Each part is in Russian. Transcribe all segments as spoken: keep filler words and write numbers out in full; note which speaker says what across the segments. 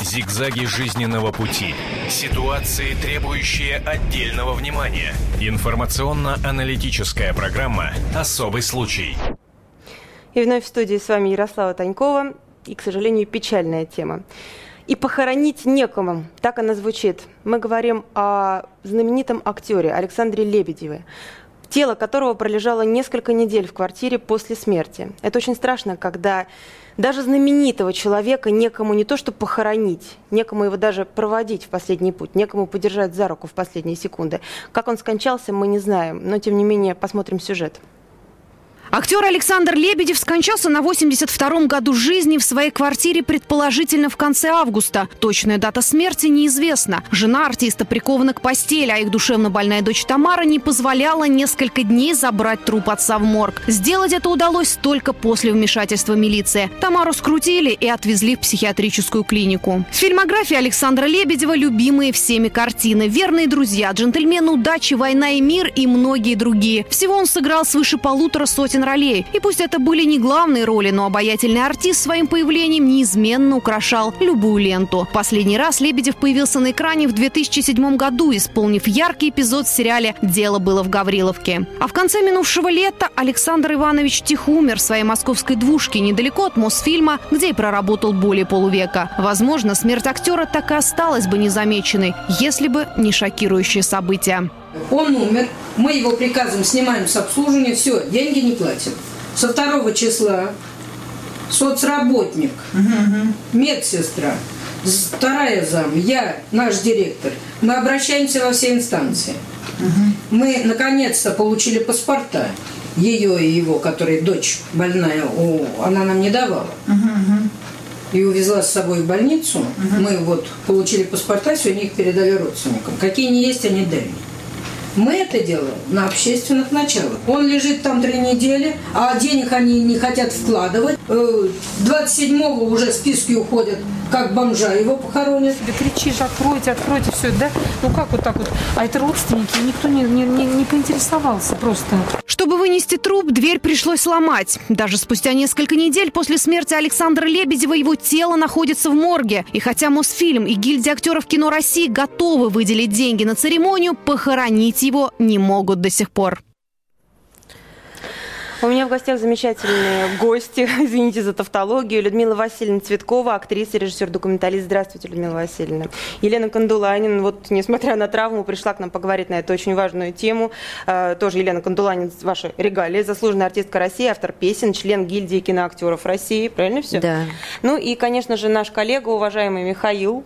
Speaker 1: Зигзаги жизненного пути. Ситуации, требующие отдельного внимания. Информационно-аналитическая программа «Особый случай».
Speaker 2: И вновь в студии с вами Ярослава Танькова. И, к сожалению, печальная тема. «И похоронить некому». Так она звучит. Мы говорим о знаменитом актере Александре Лебедеве, тело которого пролежало несколько недель в квартире после смерти. Это очень страшно, когда даже знаменитого человека некому не то что похоронить, некому его даже проводить в последний путь, некому подержать за руку в последние секунды. Как он скончался, мы не знаем, но тем не менее посмотрим сюжет.
Speaker 3: Актер Александр Лебедев скончался на восемьдесят втором году жизни в своей квартире, предположительно в конце августа. Точная дата смерти неизвестна. Жена артиста прикована к постели, а их душевно больная дочь Тамара не позволяла несколько дней забрать труп отца в морг. Сделать это удалось только после вмешательства милиции. Тамару скрутили и отвезли в психиатрическую клинику. В фильмографии Александра Лебедева любимые всеми картины: «Верные друзья», «Джентльмены удачи», «Война и мир» и многие другие. Всего он сыграл свыше полутора сотен ролей. И пусть это были не главные роли, но обаятельный артист своим появлением неизменно украшал любую ленту. Последний раз Лебедев появился на экране в две тысячи седьмом году, исполнив яркий эпизод в сериале «Дело было в Гавриловке». А в конце минувшего лета Александр Иванович тихо умер в своей московской двушке недалеко от Мосфильма, где и проработал более полувека. Возможно, смерть актера так и осталась бы незамеченной, если бы не шокирующие события.
Speaker 4: Он умер, мы его приказом снимаем с обслуживания, все, деньги не платим. Со второго числа соцработник, угу. медсестра, вторая зам, я, наш директор, мы обращаемся во все инстанции. Угу. Мы наконец-то получили паспорта, ее и его, которая дочь больная, она нам не давала. Угу. И увезла с собой в больницу. Угу. Мы вот получили паспорта, сегодня их передали родственникам. Какие не есть, они дали. Мы это делаем на общественных началах. Он лежит там три недели, а денег они не хотят вкладывать. двадцать седьмого уже списки уходят, как бомжа его похоронят.
Speaker 5: Ты кричишь: откройте, откройте, все, да? Ну как вот так вот? А это родственники, никто не, не, не, не поинтересовался просто.
Speaker 3: Чтобы вынести труп, дверь пришлось ломать. Даже спустя несколько недель после смерти Александра Лебедева его тело находится в морге. И хотя Мосфильм и гильдия актеров кино России готовы выделить деньги на церемонию, похоронить его не могут до сих пор.
Speaker 2: У меня в гостях замечательные гости, извините за тавтологию, Людмила Васильевна Цветкова, актриса, режиссер-документалист. Здравствуйте, Людмила Васильевна. Елена Кандуланин, вот несмотря на травму, пришла к нам поговорить на эту очень важную тему. Тоже Елена Кандуланин, ваша регалия, заслуженная артистка России, автор песен, член гильдии киноактеров России. Правильно все?
Speaker 6: Да.
Speaker 2: Ну и, конечно же, наш коллега, уважаемый Михаил.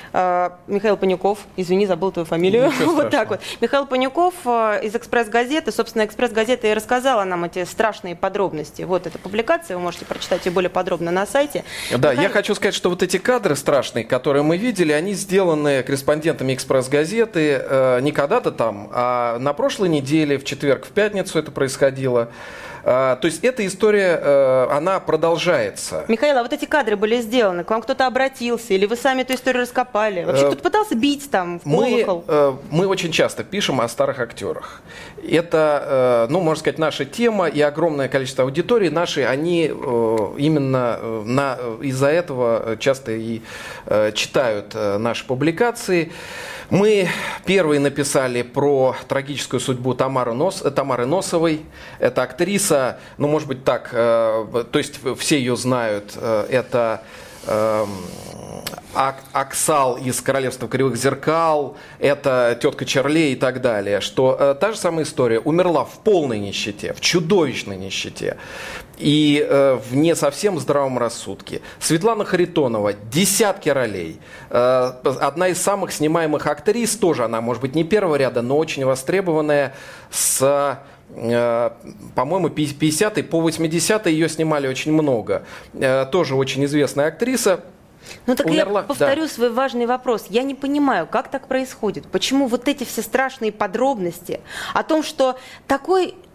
Speaker 2: Михаил Панюков, извини, забыл твою фамилию. Вот так вот. Михаил Панюков из «Экспресс-газеты». Собственно, «Экспресс-газета» и рассказала нам эти страшные подробности. Вот эта публикация, вы можете прочитать ее более подробно на сайте.
Speaker 7: Да, Михаил... я хочу сказать, что вот эти кадры страшные, которые мы видели, они сделаны корреспондентами «Экспресс-газеты» э, не когда-то там, а на прошлой неделе, в четверг, в пятницу это происходило. То есть эта история, она продолжается.
Speaker 2: Михаил, а вот эти кадры были сделаны, к вам кто-то обратился, или вы сами эту историю раскопали? Вообще кто-то пытался бить там в колокол?
Speaker 7: Мы, мы очень часто пишем о старых актерах. Это, ну, можно сказать, наша тема, и огромное количество аудитории нашей, они именно на, из-за этого часто и читают наши публикации. Мы первые написали про трагическую судьбу Тамары, Нос, Тамары Носовой. Это актриса, ну, может быть, так, э, то есть все ее знают. Э, это э, Ак, Аксал из «Королевства кривых зеркал», это тетка Чарлей и так далее. Что э, та же самая история. Умерла в полной нищете, в чудовищной нищете. И э, в не совсем здравом рассудке. Светлана Харитонова, десятки ролей. Э, одна из самых снимаемых актрис, тоже она, может быть, не первого ряда, но очень востребованная, с, э, по-моему, пятидесятые по восьмидесятые ее снимали очень много. Э, тоже очень известная актриса.
Speaker 2: Ну так
Speaker 7: умерла.
Speaker 2: Я повторю
Speaker 7: да.
Speaker 2: свой важный вопрос. Я не понимаю, как так происходит. Почему вот эти все страшные подробности о том, что такой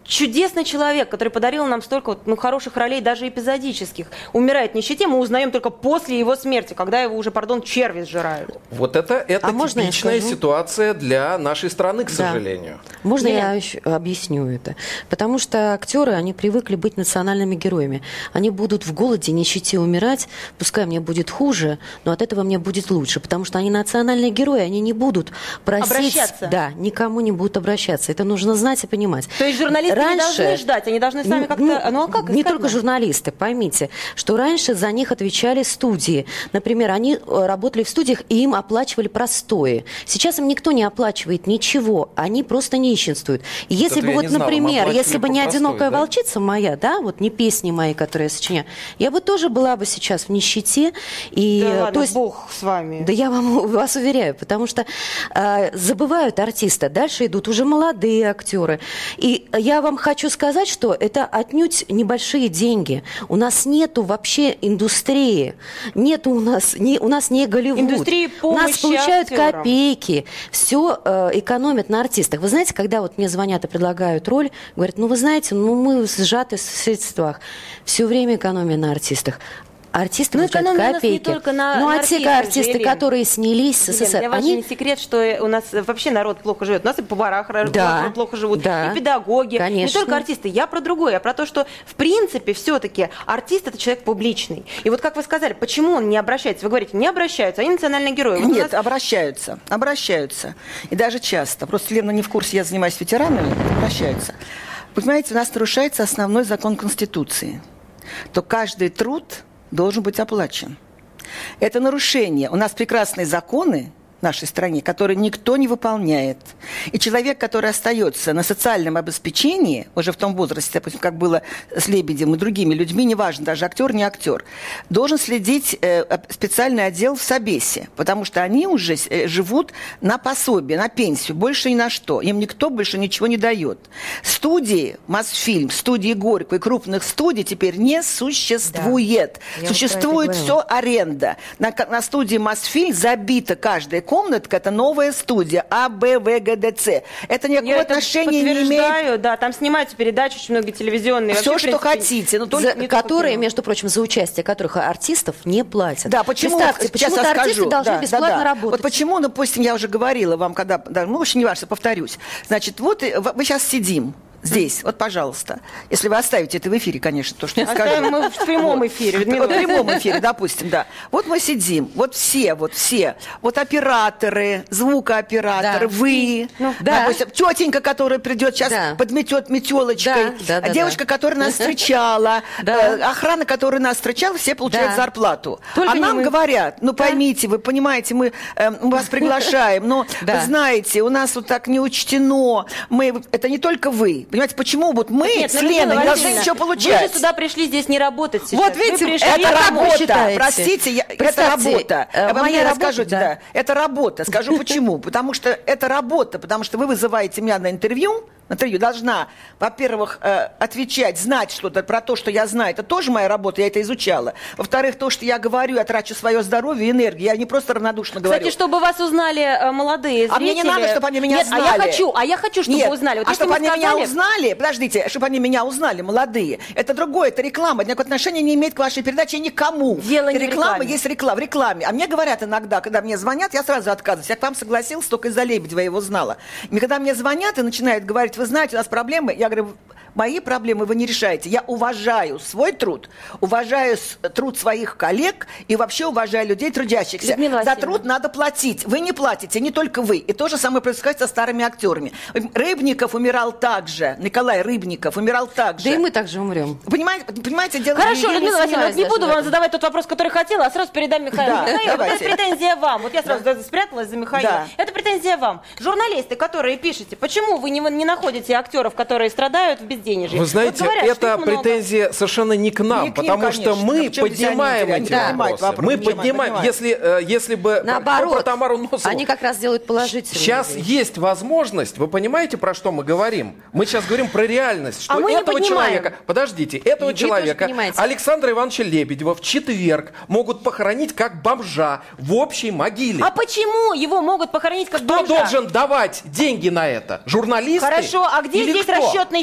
Speaker 2: чудесный человек, который подарил нам столько ну, хороших ролей, даже эпизодических, умирает в нищете, мы узнаем только после его смерти, когда его уже, пардон, черви сжирают.
Speaker 7: Вот это, это
Speaker 6: а
Speaker 7: типичная ситуация для нашей страны, к да. сожалению.
Speaker 6: Можно Нет. я еще объясню это? Потому что актеры, они привыкли быть национальными героями. Они будут в голоде, нищете умирать, пускай мне будет хуже, но от этого мне будет лучше, потому что они национальные герои, они не будут просить...
Speaker 2: Обращаться.
Speaker 6: Да, никому не будут обращаться. Это нужно знать и понимать.
Speaker 2: То есть журналисты
Speaker 6: Раньше,
Speaker 2: не должны ждать, они должны сами как-то...
Speaker 6: Ну,
Speaker 2: ну, а как
Speaker 6: не только журналисты, поймите, что раньше за них отвечали студии. Например, они работали в студиях, и им оплачивали простои. Сейчас им никто не оплачивает ничего, они просто нищенствуют. И если
Speaker 7: это
Speaker 6: бы, вот,
Speaker 7: знала,
Speaker 6: например, если бы не
Speaker 7: простой,
Speaker 6: «Одинокая
Speaker 7: да?
Speaker 6: волчица» моя, да, вот не песни мои, которые я сочиняю, я бы тоже была бы сейчас в нищете. И,
Speaker 2: да ладно,
Speaker 6: то есть,
Speaker 2: Бог с вами.
Speaker 6: Да я вам, вас уверяю, потому что э, забывают артиста, дальше идут уже молодые актеры. И я вам хочу сказать, что это отнюдь небольшие деньги. У нас нету вообще индустрии, нету у нас, не, у нас не Голливуд.
Speaker 2: Индустрии помощи
Speaker 6: у нас получают
Speaker 2: актерам.
Speaker 6: Копейки, все э, экономят на артистах. Вы знаете, когда вот мне звонят и предлагают роль, говорят, ну вы знаете, ну мы сжаты в средствах, все время экономия на артистах. Артисты
Speaker 2: ну,
Speaker 6: получают копейки.
Speaker 2: Не только на,
Speaker 6: ну,
Speaker 2: на
Speaker 6: а те артисты,
Speaker 2: Елена.
Speaker 6: которые снялись в СССР,
Speaker 2: Для вас
Speaker 6: они...
Speaker 2: же не секрет, что у нас вообще народ плохо живет. У нас и повара
Speaker 6: да,
Speaker 2: плохо живут,
Speaker 6: да,
Speaker 2: и педагоги.
Speaker 6: конечно.
Speaker 2: Не только артисты. Я про другое. Я про то, что в принципе все-таки артист – это человек публичный. И вот как вы сказали, почему он не обращается? Вы говорите, не обращаются, они национальные герои. Вот
Speaker 8: Нет,
Speaker 2: нас...
Speaker 8: обращаются. Обращаются. И даже часто. Просто Лена не в курсе, я занимаюсь ветеранами, обращаются. Понимаете, у нас нарушается основной закон Конституции. То каждый труд должен быть оплачен. Это нарушение. У нас прекрасные законы в нашей стране, которые никто не выполняет. И человек, который остается на социальном обеспечении, уже в том возрасте, допустим, как было с Лебедем и другими людьми, неважно, даже актер, не актер, должен следить э, специальный отдел в Собесе, потому что они уже э, живут на пособие, на пенсию, больше ни на что. Им никто больше ничего не дает. Студии, Мосфильм, студии Горького и крупных студий теперь не существует. Да. Существует все аренда. На, на студии Мосфильм забита каждая комнатка, это новая студия А, Б, В, Г, Д, С. Это никакого
Speaker 2: Я
Speaker 8: отношения
Speaker 2: это
Speaker 8: не имеет.
Speaker 2: Да, там снимаются передачи очень много телевизионные.
Speaker 8: Все,
Speaker 2: вообще,
Speaker 8: что
Speaker 2: принципе,
Speaker 8: хотите. Но
Speaker 6: только,
Speaker 8: только,
Speaker 6: которые, между прочим, за участие которых артистов не платят.
Speaker 8: Да, почему?
Speaker 6: Представьте, почему-то
Speaker 8: артисты
Speaker 6: скажу. должны
Speaker 8: да,
Speaker 6: бесплатно
Speaker 8: да, да.
Speaker 6: работать.
Speaker 8: Вот почему, допустим, я уже говорила вам, когда, да, ну, очень не важно, повторюсь. Значит, вот мы сейчас сидим. Здесь, вот, пожалуйста. Если вы оставите это в эфире, конечно, то, что я скажу.
Speaker 2: Мы в прямом эфире, Людмила.
Speaker 8: Вот в прямом эфире, допустим, да. Вот мы сидим, вот все, вот все. Вот операторы, звукооператоры,
Speaker 6: да.
Speaker 8: вы.
Speaker 6: Ну, да.
Speaker 8: Допустим, тетенька, которая придет сейчас, да. подметет метелочкой.
Speaker 6: Да, да, да,
Speaker 8: девочка,
Speaker 6: да.
Speaker 8: которая нас встречала. Охрана, которая нас встречала, все получают зарплату. А нам говорят, ну, поймите, вы понимаете, мы вас приглашаем, но, вы знаете, у нас вот так не учтено. Это не только вы. Понимаете, почему вот мы
Speaker 2: Нет,
Speaker 8: с Леной не должны ничего получать?
Speaker 2: Вы же сюда пришли здесь не работать сейчас.
Speaker 8: Вот видите, это работа. Простите, я, это работа. Я вам не расскажу, да. да. Это работа. Скажу почему. Потому что это работа. Потому что вы вызываете меня на интервью. Интервью должна, во-первых, э, отвечать, знать что-то про то, что я знаю. Это тоже моя работа, я это изучала. Во-вторых, то, что я говорю, я трачу свое здоровье и энергию. Я не просто равнодушно говорю.
Speaker 2: Кстати, чтобы вас узнали э, молодые зрители...
Speaker 8: А мне не надо, чтобы они меня
Speaker 2: Нет,
Speaker 8: знали.
Speaker 2: а я хочу, а я хочу, чтобы
Speaker 8: Нет,
Speaker 2: узнали. Вот
Speaker 8: а чтобы они
Speaker 2: сказали...
Speaker 8: меня узнали, подождите, чтобы они меня узнали, молодые. Это другое, это реклама. Никакого отношения не имеет к вашей передаче никому.
Speaker 2: Дело не
Speaker 8: реклама
Speaker 2: в рекламе.
Speaker 8: Есть реклама, в рекламе. А мне говорят иногда, когда мне звонят, я сразу отказываюсь. Я к вам согласилась только из-за Лебедева, я его знала. И когда мне звонят и начинают говорить, вы знаете, у нас проблемы, я говорю, мои проблемы вы не решаете. Я уважаю свой труд, уважаю труд своих коллег и вообще уважаю людей трудящихся. За труд надо платить. Вы не платите, не только вы. И то же самое происходит со старыми актерами. Рыбников умирал так же. Николай Рыбников умирал так же.
Speaker 6: Да и мы так же умрем.
Speaker 8: Понимаете, понимаете дело...
Speaker 2: Хорошо, Людмила Васильевна, не буду вам задавать тот вопрос, который хотела, а сразу передам Михаилу.
Speaker 8: Да,
Speaker 2: Михаил, это претензия вам. Вот я сразу
Speaker 8: да.
Speaker 2: спряталась за Михаила. Да. Это претензия вам. Журналисты, которые пишете, почему вы не, не находите актеров, которые страдают в безденежье?
Speaker 7: Вы знаете, вот говорят, это претензия совершенно не к нам, не к ним, потому конечно. Что мы поднимаем эти да. вопросы. Вопрос, мы поднимаем, если, если бы
Speaker 6: наоборот,
Speaker 7: про Тамару Носову...
Speaker 6: Они как раз делают положительные
Speaker 7: Сейчас
Speaker 6: вещи.
Speaker 7: Есть возможность, вы понимаете, про что мы говорим? Мы сейчас говорим про реальность, что
Speaker 2: а
Speaker 7: этого человека... Подождите, этого
Speaker 6: И
Speaker 7: человека, Александра Ивановича Лебедева, в четверг могут похоронить как бомжа в общей могиле.
Speaker 2: А почему его могут похоронить как
Speaker 7: Кто
Speaker 2: бомжа?
Speaker 7: должен давать деньги на это? Журналисты?
Speaker 2: Хорошо, а где
Speaker 7: Или
Speaker 2: здесь
Speaker 7: кто?
Speaker 2: расчетный счет?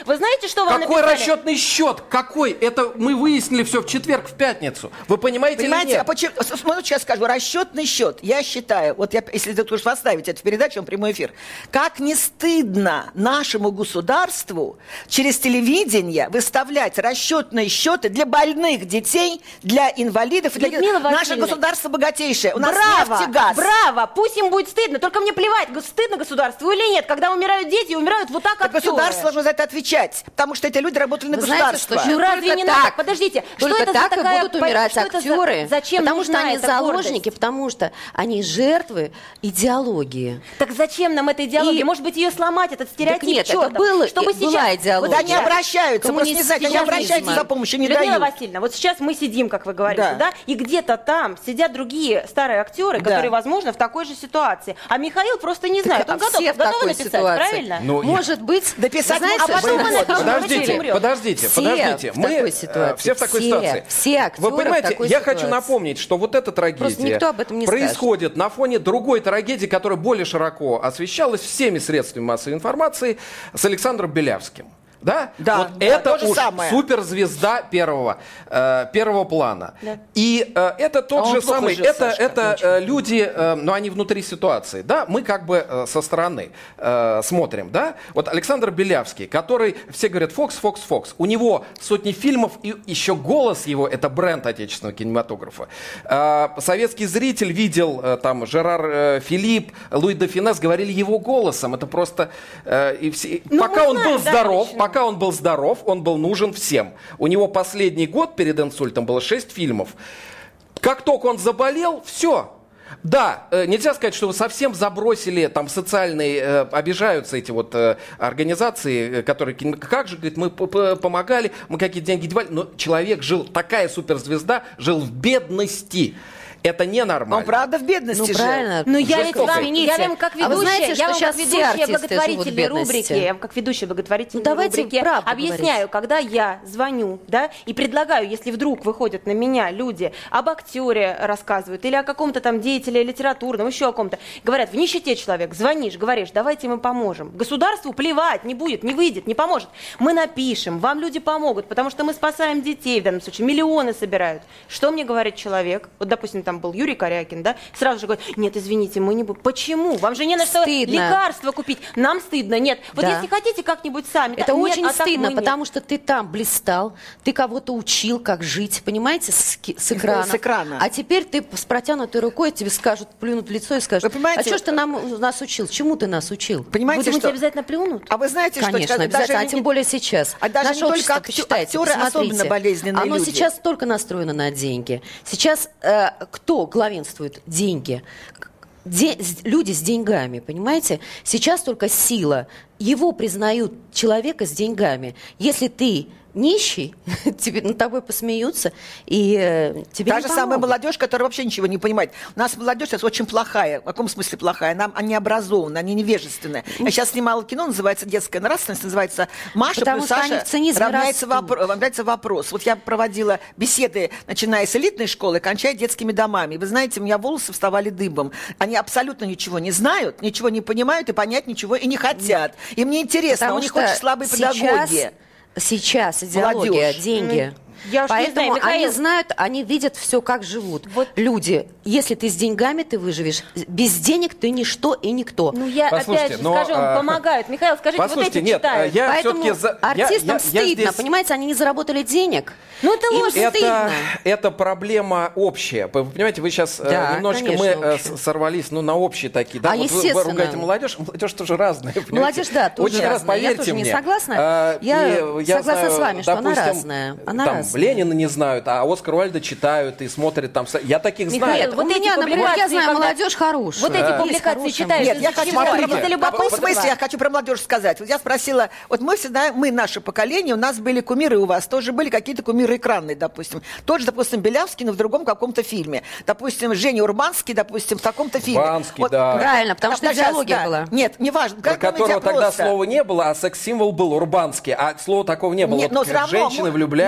Speaker 2: Вы знаете, что вам
Speaker 7: Какой
Speaker 2: написали?
Speaker 7: расчетный счет? Какой? Это мы выяснили все в четверг, в пятницу. Вы понимаете,
Speaker 8: Понимаете,
Speaker 7: или нет?
Speaker 8: а почему? Смотрите, сейчас скажу. Расчетный счет. Я считаю, вот я, если ты уж поставить эту передачу, прямой эфир, как не стыдно нашему государству через телевидение выставлять расчетные счеты для больных детей, для инвалидов. Для...
Speaker 2: Людмила
Speaker 8: Наше
Speaker 2: Васильевна,
Speaker 8: государство богатейшее. У нас
Speaker 2: браво,
Speaker 8: нефть и газ.
Speaker 2: браво, пусть им будет стыдно, только мне плевать, г- стыдно государству или нет, когда умирают дети, умирают вот так
Speaker 8: Так
Speaker 2: актеры.
Speaker 8: государство должно за это отвечать, потому что эти люди работали на
Speaker 6: Вы знаете,
Speaker 8: государство.
Speaker 6: что
Speaker 2: Ну разве
Speaker 6: Только
Speaker 2: не
Speaker 6: так.
Speaker 2: надо? Подождите,
Speaker 6: Только
Speaker 2: что это
Speaker 6: так
Speaker 2: за
Speaker 6: и
Speaker 2: такая...
Speaker 6: будут умирать
Speaker 2: что это за-
Speaker 6: актеры,
Speaker 2: Зачем
Speaker 6: потому что
Speaker 2: нужна
Speaker 6: они
Speaker 2: эта
Speaker 6: заложники,
Speaker 2: гордость?
Speaker 6: потому что они жертвы идеологии.
Speaker 2: Так зачем нам эта идеология?
Speaker 6: И-
Speaker 2: Может быть, ее сломать, этот стереотип
Speaker 6: Так нет, это
Speaker 2: чёртов,
Speaker 6: было-
Speaker 2: чтобы
Speaker 6: и была
Speaker 2: сейчас...
Speaker 6: идеология.
Speaker 8: Вот они
Speaker 2: сейчас-
Speaker 8: обращаются, просто не знаю, они
Speaker 6: Коммунистический
Speaker 8: обращаются за помощью, не
Speaker 2: Людмила
Speaker 8: дают.
Speaker 2: Васильевна, вот сейчас мы сидим, как вы говорите,
Speaker 8: Да.
Speaker 2: да, и где-то там сидят другие старые актеры,
Speaker 8: Да.
Speaker 2: которые, возможно, в такой же ситуации. А Михаил просто не знает. Он
Speaker 6: А
Speaker 2: готов,
Speaker 6: все в
Speaker 2: готовы
Speaker 6: такой
Speaker 2: написать,
Speaker 6: ситуации.
Speaker 2: правильно?
Speaker 7: Ну, я-
Speaker 6: Может быть,
Speaker 8: Дописать
Speaker 6: вы знаете,
Speaker 8: могут, а
Speaker 6: что
Speaker 2: потом
Speaker 6: нас-
Speaker 2: мы напишем,
Speaker 7: Подождите,
Speaker 2: умрет.
Speaker 7: подождите,
Speaker 6: Все
Speaker 7: подождите.
Speaker 6: в
Speaker 7: Мы
Speaker 6: такой
Speaker 7: э,
Speaker 6: ситуации.
Speaker 7: все в такой
Speaker 6: Все,
Speaker 7: ситуации.
Speaker 6: все актеры
Speaker 7: Вы
Speaker 6: в
Speaker 7: понимаете,
Speaker 6: такой
Speaker 7: я хочу
Speaker 6: ситуации.
Speaker 7: напомнить, что вот эта
Speaker 6: Просто
Speaker 7: трагедия
Speaker 6: никто об этом не
Speaker 7: происходит на фоне другой трагедии, которая более широко освещалась всеми средствами массовой информации, с Александром Белявским. Да?
Speaker 8: Да,
Speaker 7: вот
Speaker 8: да,
Speaker 7: это
Speaker 8: то же
Speaker 7: уж
Speaker 8: самое.
Speaker 7: суперзвезда первого, э, первого плана.
Speaker 2: Да.
Speaker 7: И э, это тот
Speaker 8: А он
Speaker 7: же
Speaker 8: плохо
Speaker 7: самый,
Speaker 8: жил,
Speaker 7: это,
Speaker 8: Сашка,
Speaker 7: это
Speaker 8: очень.
Speaker 7: э, люди, э, но они внутри ситуации, да, мы как бы э, со стороны э, смотрим, да. Вот Александр Белявский, который, все говорят, Фокс, Фокс, Фокс, у него сотни фильмов, и еще голос его, это бренд отечественного кинематографа. Э, советский зритель видел, э, там, Жерар э, Филипп, Луи де Финес говорили его голосом, это просто, э, и все,
Speaker 2: Ну,
Speaker 7: пока
Speaker 2: мы
Speaker 7: он
Speaker 2: знаем,
Speaker 7: был
Speaker 2: да,
Speaker 7: здоров,
Speaker 2: лично.
Speaker 7: пока он был здоров, он был нужен всем. У него последний год перед инсультом было шесть фильмов. Как только он заболел, все. Да, э, нельзя сказать, что вы совсем забросили, там социальные, э, обижаются эти вот э, организации, э, которые, кино- как же, говорит, мы п- п- помогали, мы какие-то деньги девали, но человек жил, такая суперзвезда, жил в бедности. Это ненормально.
Speaker 8: Он правда в бедности
Speaker 6: Ну,
Speaker 8: жил.
Speaker 6: правильно.
Speaker 2: Ну, я ведь
Speaker 7: Жестоко.
Speaker 2: вам,
Speaker 6: Извините.
Speaker 2: я вам как
Speaker 6: А вы
Speaker 2: ведущая,
Speaker 6: знаете,
Speaker 2: я
Speaker 6: что
Speaker 2: вам
Speaker 6: сейчас
Speaker 2: как
Speaker 6: все
Speaker 2: ведущая
Speaker 6: артисты живут в
Speaker 2: благотворительной
Speaker 6: бедности?
Speaker 2: рубрики, я вам как ведущая благотворительной
Speaker 6: Ну, давайте
Speaker 2: рубрики
Speaker 6: правду
Speaker 2: объясняю,
Speaker 6: говорить.
Speaker 2: когда я звоню, да, и предлагаю, если вдруг выходят на меня люди об актере рассказывают или о каком-то там деятеле литературном, еще о ком-то, говорят, в нищете человек, звонишь, говоришь, давайте мы поможем. Государству плевать, не будет, не выйдет, не поможет. Мы напишем, вам люди помогут, потому что мы спасаем детей, в данном случае миллионы собирают. Что мне говорит человек? Вот, допустим, там был Юрий Корякин, да, сразу же говорит, нет, извините, мы не будем. Почему? Вам же не на что
Speaker 6: Стыдно.
Speaker 2: лекарства купить. Нам стыдно. Нет. Вот
Speaker 6: Да.
Speaker 2: если хотите как-нибудь сами.
Speaker 6: Это
Speaker 2: да, нет,
Speaker 6: очень
Speaker 2: а так
Speaker 6: стыдно,
Speaker 2: мы нет.
Speaker 6: потому что ты там блистал, ты кого-то учил, как жить, понимаете, с, ки- с экрана.
Speaker 8: С экрана.
Speaker 6: А теперь ты с протянутой рукой, тебе скажут, плюнут в лицо и скажут,
Speaker 8: Вы понимаете,
Speaker 6: а что ж ты нам, нас учил, чему ты нас учил?
Speaker 8: Понимаете,
Speaker 2: Будем
Speaker 8: что...
Speaker 2: тебе обязательно плюнут?
Speaker 8: А вы знаете,
Speaker 6: Конечно,
Speaker 8: что...
Speaker 6: обязательно,
Speaker 8: даже
Speaker 6: а тем
Speaker 8: не-
Speaker 6: более сейчас.
Speaker 8: А даже
Speaker 6: Наше
Speaker 8: не только
Speaker 6: общество,
Speaker 8: актё-
Speaker 6: почитайте,
Speaker 8: актеры
Speaker 6: посмотрите.
Speaker 8: особенно болезненные
Speaker 6: Оно
Speaker 8: люди.
Speaker 6: сейчас только настроено на деньги. Сейчас э, кто главенствует? Деньги. Де- с- люди с деньгами, понимаете? Сейчас только сила. Его признают человека с деньгами. Если ты нищий, тебе над тобой посмеются, и э, тебе
Speaker 8: Та
Speaker 6: не
Speaker 8: же самая
Speaker 6: помогут.
Speaker 8: молодежь, которая вообще ничего не понимает. У нас молодежь сейчас очень плохая. В каком смысле плохая? Нам, они образованы, они невежественные. Я сейчас снимала кино, называется «Детская нравственность», называется «Маша
Speaker 6: Потому
Speaker 8: плюс
Speaker 6: что они
Speaker 8: Саша
Speaker 6: в цинизме
Speaker 8: равняется,
Speaker 6: растут.
Speaker 8: вопро- равняется вопрос». Вот я проводила беседы, начиная с элитной школы, кончая детскими домами. Вы знаете, у меня волосы вставали дыбом. Они абсолютно ничего не знают, ничего не понимают и понять ничего и не хотят. И мне интересно,
Speaker 6: Потому
Speaker 8: у них
Speaker 6: что
Speaker 8: очень слабые
Speaker 6: сейчас-
Speaker 8: педагоги.
Speaker 6: Сейчас идеология,
Speaker 8: Молодежь.
Speaker 6: деньги.
Speaker 2: Я уж не
Speaker 6: Поэтому
Speaker 2: знаю, Михаил.
Speaker 6: они знают, они видят все, как живут.
Speaker 2: Вот.
Speaker 6: Люди, если ты с деньгами, ты выживешь. Без денег ты ничто и никто.
Speaker 2: Ну, я
Speaker 7: Послушайте,
Speaker 2: опять же
Speaker 7: но,
Speaker 2: скажу,
Speaker 7: а,
Speaker 2: помогают. Михаил, скажите, вот
Speaker 7: Послушайте,
Speaker 2: эти
Speaker 7: нет,
Speaker 2: читают.
Speaker 7: я
Speaker 6: Поэтому
Speaker 7: все-таки... За... я-
Speaker 6: артистам
Speaker 7: я- я
Speaker 6: стыдно,
Speaker 7: здесь-
Speaker 6: понимаете, они не заработали денег.
Speaker 2: Ну, это
Speaker 6: Им
Speaker 2: ложь.
Speaker 6: стыдно.
Speaker 7: Это, это проблема общая. Вы понимаете, вы сейчас
Speaker 6: Да,
Speaker 7: немножечко
Speaker 6: конечно,
Speaker 7: мы э,
Speaker 6: общая.
Speaker 7: с- сорвались ну, на общие такие. Да?
Speaker 6: А,
Speaker 7: Вот вы- вы
Speaker 6: естественно.
Speaker 7: ругаете молодежь, молодежь тоже разная. понимаете?
Speaker 6: Молодежь, да, тоже
Speaker 7: Очень раз,
Speaker 6: разная. Я
Speaker 7: поверьте
Speaker 6: тоже не
Speaker 7: мне.
Speaker 6: согласна.
Speaker 7: А,
Speaker 6: Я
Speaker 7: и
Speaker 6: согласна
Speaker 7: знаю,
Speaker 6: с вами, что она
Speaker 7: допустим,
Speaker 6: разная. Она
Speaker 7: там
Speaker 6: разная.
Speaker 7: Ленина не знают, а Оскар Уальда читают и смотрят там. с- Я таких
Speaker 2: Михаил,
Speaker 7: знаю.
Speaker 2: вот
Speaker 6: У
Speaker 2: эти
Speaker 6: меня, например, я
Speaker 2: публикации,
Speaker 6: знаю
Speaker 2: когда-
Speaker 6: молодежь хорошая.
Speaker 2: Вот эти
Speaker 6: Есть
Speaker 2: публикации
Speaker 6: хорошая
Speaker 2: читаешь.
Speaker 8: Нет, я
Speaker 2: Из-за
Speaker 8: хочу,
Speaker 2: чего?
Speaker 8: смотрите,
Speaker 2: Из-за
Speaker 8: в каком
Speaker 2: любопытства.
Speaker 8: смысле я хочу про молодежь сказать? Вот я спросила, вот мы всегда, мы, наше поколение, у нас были кумиры, у вас тоже были какие-то кумиры экранные, допустим. Тот же, допустим, Белявский, но в другом каком-то фильме. Допустим, Женя Урбанский, допустим, в таком-то фильме.
Speaker 7: Урбанский, да.
Speaker 6: Правильно, потому что
Speaker 8: сейчас,
Speaker 6: идеология была.
Speaker 8: Нет, неважно.
Speaker 7: Про
Speaker 8: Как вам
Speaker 7: которого
Speaker 8: идея
Speaker 7: тогда
Speaker 8: просто?
Speaker 7: слова не было, а секс-символ был урбанский, а слова такого не было.
Speaker 8: Нет,
Speaker 7: Вот
Speaker 8: но все равно
Speaker 7: женщины
Speaker 8: мы-
Speaker 7: влюблялись.
Speaker 8: Не то чтобы
Speaker 7: э,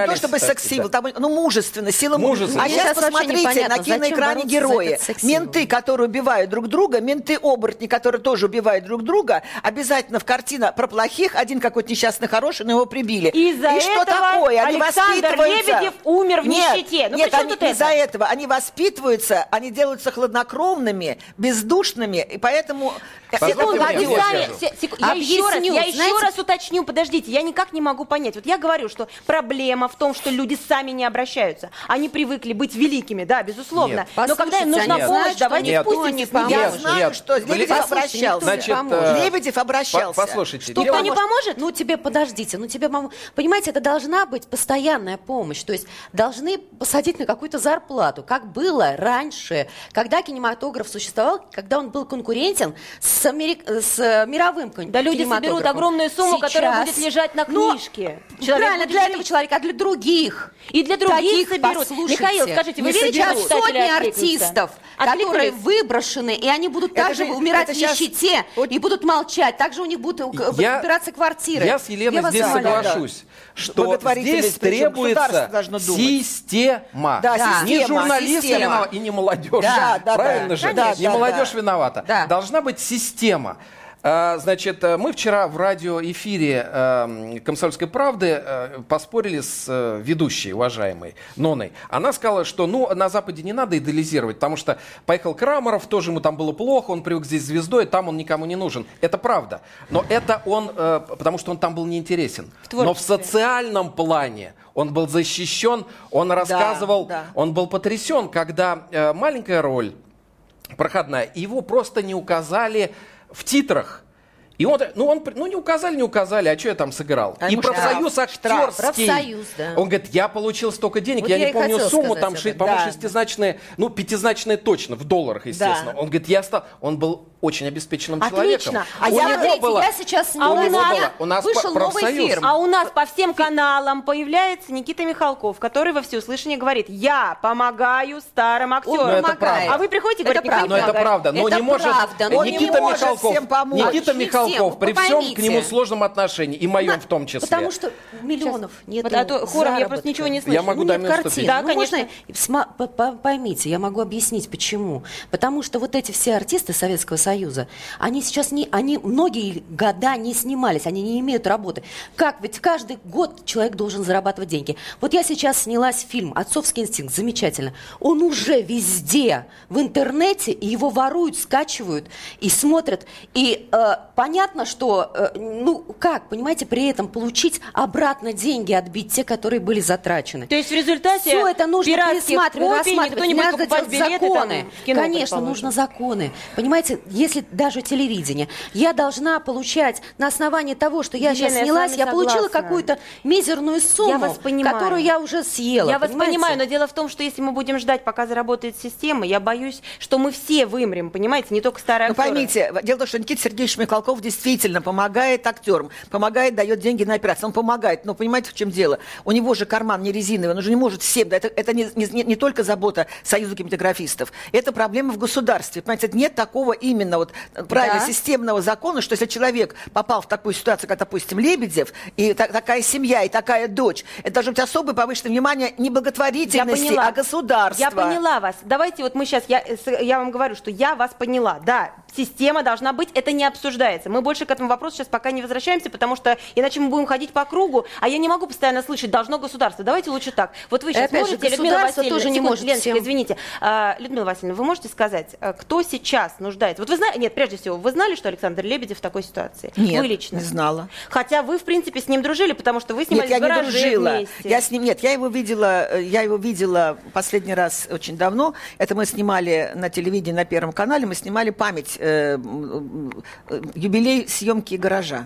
Speaker 8: секс-символ, там, ну, мужественно, сила мужества. А
Speaker 6: Мне
Speaker 8: сейчас
Speaker 6: сейчас вообще
Speaker 8: посмотрите,
Speaker 6: непонятно,
Speaker 8: на киноэкране
Speaker 6: зачем бороться за
Speaker 8: герои.
Speaker 6: этот секс-символ?
Speaker 8: Менты, которые убивают друг друга, менты-оборотни, которые тоже убивают друг друга, обязательно в картина про плохих, один какой-то несчастный хороший, но его прибили.
Speaker 2: Из-за
Speaker 8: И что
Speaker 2: этого
Speaker 8: такое? Они
Speaker 2: Александр
Speaker 8: воспитываются...
Speaker 2: Лебедев умер в
Speaker 8: Нет,
Speaker 2: нищете. Ну,
Speaker 8: нет,
Speaker 2: при чем
Speaker 8: они,
Speaker 2: тут это?
Speaker 8: из-за этого они воспитываются, они делаются хладнокровными, бездушными, и поэтому...
Speaker 2: Секунду,
Speaker 7: Позвольте
Speaker 2: а
Speaker 7: мне
Speaker 2: вы
Speaker 7: вот
Speaker 2: сами-
Speaker 7: скажу.
Speaker 2: се- секу- я еще раз,
Speaker 6: Объясню.
Speaker 2: я еще
Speaker 6: Знаете-
Speaker 2: раз уточню, подождите, я никак не могу понять. Вот я говорю, что проблема в том, что люди сами не обращаются. Они привыкли быть великими, да, безусловно.
Speaker 7: Нет.
Speaker 2: Но когда им нужна
Speaker 6: Послушайте,
Speaker 2: помощь,
Speaker 6: знают, что
Speaker 2: давайте
Speaker 7: нет.
Speaker 2: спустимся
Speaker 6: не
Speaker 2: с небес.
Speaker 8: Я
Speaker 7: Нет,
Speaker 8: знаю,
Speaker 7: нет.
Speaker 8: что
Speaker 7: Вы-
Speaker 8: Лебедев
Speaker 6: Послушайте,
Speaker 8: обращался.
Speaker 6: никто не
Speaker 7: Значит,
Speaker 6: поможет.
Speaker 7: э,
Speaker 8: Лебедев обращался.
Speaker 7: по- Послушайте,
Speaker 2: Никто
Speaker 7: дело-
Speaker 2: не поможет?
Speaker 6: Ну, тебе, подождите, ну, тебе, мам, понимаете, это должна быть постоянная помощь, то есть должны посадить на какую-то зарплату, как было раньше, когда кинематограф существовал, когда он был конкурентен с, амери- с мировым кин-
Speaker 2: Да люди соберут
Speaker 6: кинематографом.
Speaker 2: огромную сумму,
Speaker 6: Сейчас-
Speaker 2: которая будет лежать на
Speaker 6: Ну,
Speaker 2: книжке. Человек
Speaker 6: правильно,
Speaker 2: будет
Speaker 6: для
Speaker 2: жить.
Speaker 6: этого человека, а для других.
Speaker 2: И для других
Speaker 6: Таких,
Speaker 2: соберут.
Speaker 6: послушайте,
Speaker 2: Михаил, скажите, вы
Speaker 6: не
Speaker 2: верите,
Speaker 6: сейчас
Speaker 2: что читатели
Speaker 6: сотни
Speaker 2: откликнутся?
Speaker 6: артистов, которые
Speaker 2: Откликнулись?
Speaker 6: выброшены, и они будут
Speaker 8: Это
Speaker 6: также
Speaker 8: же-
Speaker 6: умирать
Speaker 8: это
Speaker 6: в
Speaker 8: щас-
Speaker 6: нищете,
Speaker 8: вот-
Speaker 6: и будут молчать, также у них будут э,
Speaker 7: Я-
Speaker 6: выбираться квартиры.
Speaker 7: Я с Еленой
Speaker 6: Я вас
Speaker 7: здесь
Speaker 6: умоляю.
Speaker 7: соглашусь, что
Speaker 8: Благотворительность,
Speaker 7: здесь
Speaker 8: причем
Speaker 7: требуется
Speaker 8: государство должно думать.
Speaker 7: система.
Speaker 8: Да,
Speaker 6: Да.
Speaker 7: Не
Speaker 8: система,
Speaker 7: журналисты
Speaker 8: система.
Speaker 7: виноваты и не молодежь.
Speaker 8: Да, да,
Speaker 7: Правильно
Speaker 8: да.
Speaker 7: же?
Speaker 8: Да,
Speaker 7: не
Speaker 8: да,
Speaker 7: молодежь
Speaker 8: да.
Speaker 7: виновата.
Speaker 6: Да.
Speaker 7: Должна быть система. А, Значит, э, мы вчера в радиоэфире э, «Комсомольской правды» э, поспорили с э, ведущей, уважаемой Ноной. Она сказала, что ну, на Западе не надо идеализировать, потому что поехал Крамаров, тоже ему там было плохо, он привык здесь звездой, там он никому не нужен. Это правда. Но это он, э, потому что он там был неинтересен. Но в социальном плане он был защищен, он рассказывал,
Speaker 8: да.
Speaker 7: он был потрясен, когда э, маленькая роль проходная, его просто не указали в титрах. И он, ну, он, ну, не указали, не указали, а что я там сыграл?
Speaker 8: А
Speaker 7: и
Speaker 8: ему
Speaker 7: профсоюз
Speaker 8: штраф, штраф.
Speaker 7: актерский.
Speaker 6: Профсоюз, да.
Speaker 7: Он говорит, я получил столько денег,
Speaker 6: Вот
Speaker 7: я,
Speaker 6: я
Speaker 7: не
Speaker 6: и
Speaker 7: помню
Speaker 6: хотела
Speaker 7: сумму,
Speaker 6: сказать
Speaker 7: там,
Speaker 6: об
Speaker 7: ши-
Speaker 6: этом.
Speaker 7: по-моему,
Speaker 8: Да.
Speaker 7: шестизначные, ну, пятизначные точно, в долларах, естественно.
Speaker 8: Да.
Speaker 7: Он говорит, я стал, он был очень обеспеченным
Speaker 2: Отлично.
Speaker 7: человеком.
Speaker 2: А
Speaker 7: у
Speaker 2: я-
Speaker 7: него
Speaker 6: Смотрите,
Speaker 7: было,
Speaker 6: я сейчас
Speaker 2: А у
Speaker 6: сняла,
Speaker 2: нас-
Speaker 6: меня
Speaker 7: у нас
Speaker 6: вышел
Speaker 7: по-
Speaker 6: новый
Speaker 7: профсоюз.
Speaker 6: фильм.
Speaker 2: А у нас по всем каналам появляется Никита Михалков, который во всеуслышание говорит: я помогаю старым актерам.
Speaker 7: Ну, это
Speaker 6: помогает.
Speaker 7: правда.
Speaker 2: А вы приходите и
Speaker 6: Это
Speaker 2: говорите: никто не
Speaker 7: Ну, это
Speaker 2: помогает.
Speaker 7: правда, но
Speaker 6: Это
Speaker 7: не может
Speaker 6: правда, но
Speaker 8: он не
Speaker 7: Никита
Speaker 8: может
Speaker 7: Михалков,
Speaker 8: всем помочь.
Speaker 7: Никита
Speaker 6: Не
Speaker 7: Михалков
Speaker 6: всем,
Speaker 7: при
Speaker 6: вы
Speaker 7: всем к
Speaker 6: поймите.
Speaker 7: нему сложном отношении, и моем
Speaker 6: На-
Speaker 7: в том числе.
Speaker 6: Потому что миллионов нет.
Speaker 2: Вот, а то хором я просто ничего не слышу.
Speaker 7: Я могу
Speaker 6: Ну,
Speaker 7: дать
Speaker 6: нет
Speaker 7: минуту
Speaker 6: картин.
Speaker 7: вступить.
Speaker 2: Да,
Speaker 6: Ну,
Speaker 2: конечно.
Speaker 6: можно- сма- по- по- Поймите, я могу объяснить, почему. Потому что вот эти все артисты Советского Союза, они сейчас не, они многие года не снимались, они не имеют работы. Как? Ведь каждый год человек должен зарабатывать деньги. Вот я сейчас снялась в фильм «Отцовский инстинкт», замечательно. Он уже везде, в интернете, и его воруют, скачивают и смотрят. И э, понятно, что, э, ну как, понимаете, при этом получить обратно деньги, отбить те, которые были затрачены.
Speaker 2: То есть в результате
Speaker 6: Все это нужно
Speaker 2: пиратских
Speaker 6: пересматривать,
Speaker 2: копий
Speaker 6: рассматривать.
Speaker 2: никто не будет
Speaker 6: Надо
Speaker 2: покупать
Speaker 6: делать
Speaker 2: билеты
Speaker 6: законы.
Speaker 2: там в кино,
Speaker 6: Конечно,
Speaker 2: предположим.
Speaker 6: нужно законы. Понимаете, если даже телевидение, я должна получать на основании того, что я
Speaker 2: Елена,
Speaker 6: сейчас
Speaker 2: я с
Speaker 6: снялась,
Speaker 2: вами
Speaker 6: я получила
Speaker 2: согласна.
Speaker 6: какую-то мизерную сумму,
Speaker 2: Я вас понимаю.
Speaker 6: которую я уже съела.
Speaker 2: Я вас
Speaker 6: понимаете?
Speaker 2: понимаю, но дело в том, что если мы будем ждать, пока заработает система, я боюсь, что мы все вымрем, понимаете, не только старые
Speaker 8: Ну,
Speaker 2: актеры.
Speaker 8: поймите, дело в том, что Никита Сергеевич Михалков действительно помогает актерам, помогает, дает деньги на операцию. Он помогает, но понимаете, в чем дело? У него же карман не резиновый, он же не может всем, да, это, это не, не, не только забота Союза кинематографистов, это проблема в государстве. Понимаете, нет такого именно вот правильно
Speaker 6: Да.
Speaker 8: системного закона, что если человек попал в такую ситуацию, как, допустим, Лебедев, и та- такая семья, и такая дочь, это должно быть особое повышенное внимание не
Speaker 2: Я
Speaker 8: благотворительности,
Speaker 2: поняла.
Speaker 8: а государства.
Speaker 2: Я поняла вас. Давайте вот мы сейчас, я, с- я вам говорю, что я вас поняла. Да, система должна быть, это не обсуждается. Мы больше к этому вопросу сейчас пока не возвращаемся, потому что иначе мы будем ходить по кругу, а я не могу постоянно слышать, должно государство. Давайте лучше так. Вот вы сейчас
Speaker 6: Опять же,
Speaker 2: можете, Людмила
Speaker 6: государство
Speaker 2: Васильевна,
Speaker 6: тоже не
Speaker 2: секунду,
Speaker 6: может
Speaker 2: Леночка,
Speaker 6: всем.
Speaker 2: извините. А, Людмила Васильевна, вы можете сказать, а, кто сейчас нуждается? Вот вы знаете, нет, прежде всего, вы знали, что Александр Лебедев в такой ситуации?
Speaker 8: Нет,
Speaker 2: вы лично?
Speaker 8: не знала.
Speaker 2: Хотя вы, в принципе, с ним дружили, потому что вы
Speaker 8: Нет,
Speaker 2: снимались
Speaker 8: я
Speaker 2: в
Speaker 8: не
Speaker 2: «Гараже»
Speaker 8: дружила.
Speaker 2: вместе.
Speaker 8: Я с ним, нет, я его видела, э, я его видела последний раз очень давно. Это мы снимали на телевидении на Первом канале, мы снимали память, э, м, э, юбилей съемки «Гаража».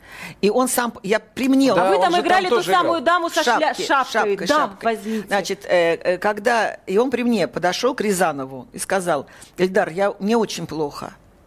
Speaker 8: И он сам, я при мне...
Speaker 7: Да,
Speaker 2: А вы
Speaker 7: он
Speaker 2: там
Speaker 7: же
Speaker 2: играли
Speaker 7: там
Speaker 2: ту
Speaker 7: тоже
Speaker 2: самую
Speaker 7: играл.
Speaker 2: даму со шля...
Speaker 8: Шапки,
Speaker 2: шапкой.
Speaker 8: шапкой,
Speaker 2: Да,
Speaker 8: шапкой.
Speaker 2: возьмите.
Speaker 8: Значит, э, э, когда... И он при мне подошел к Рязанову и сказал: Эльдар, я, мне очень плохо.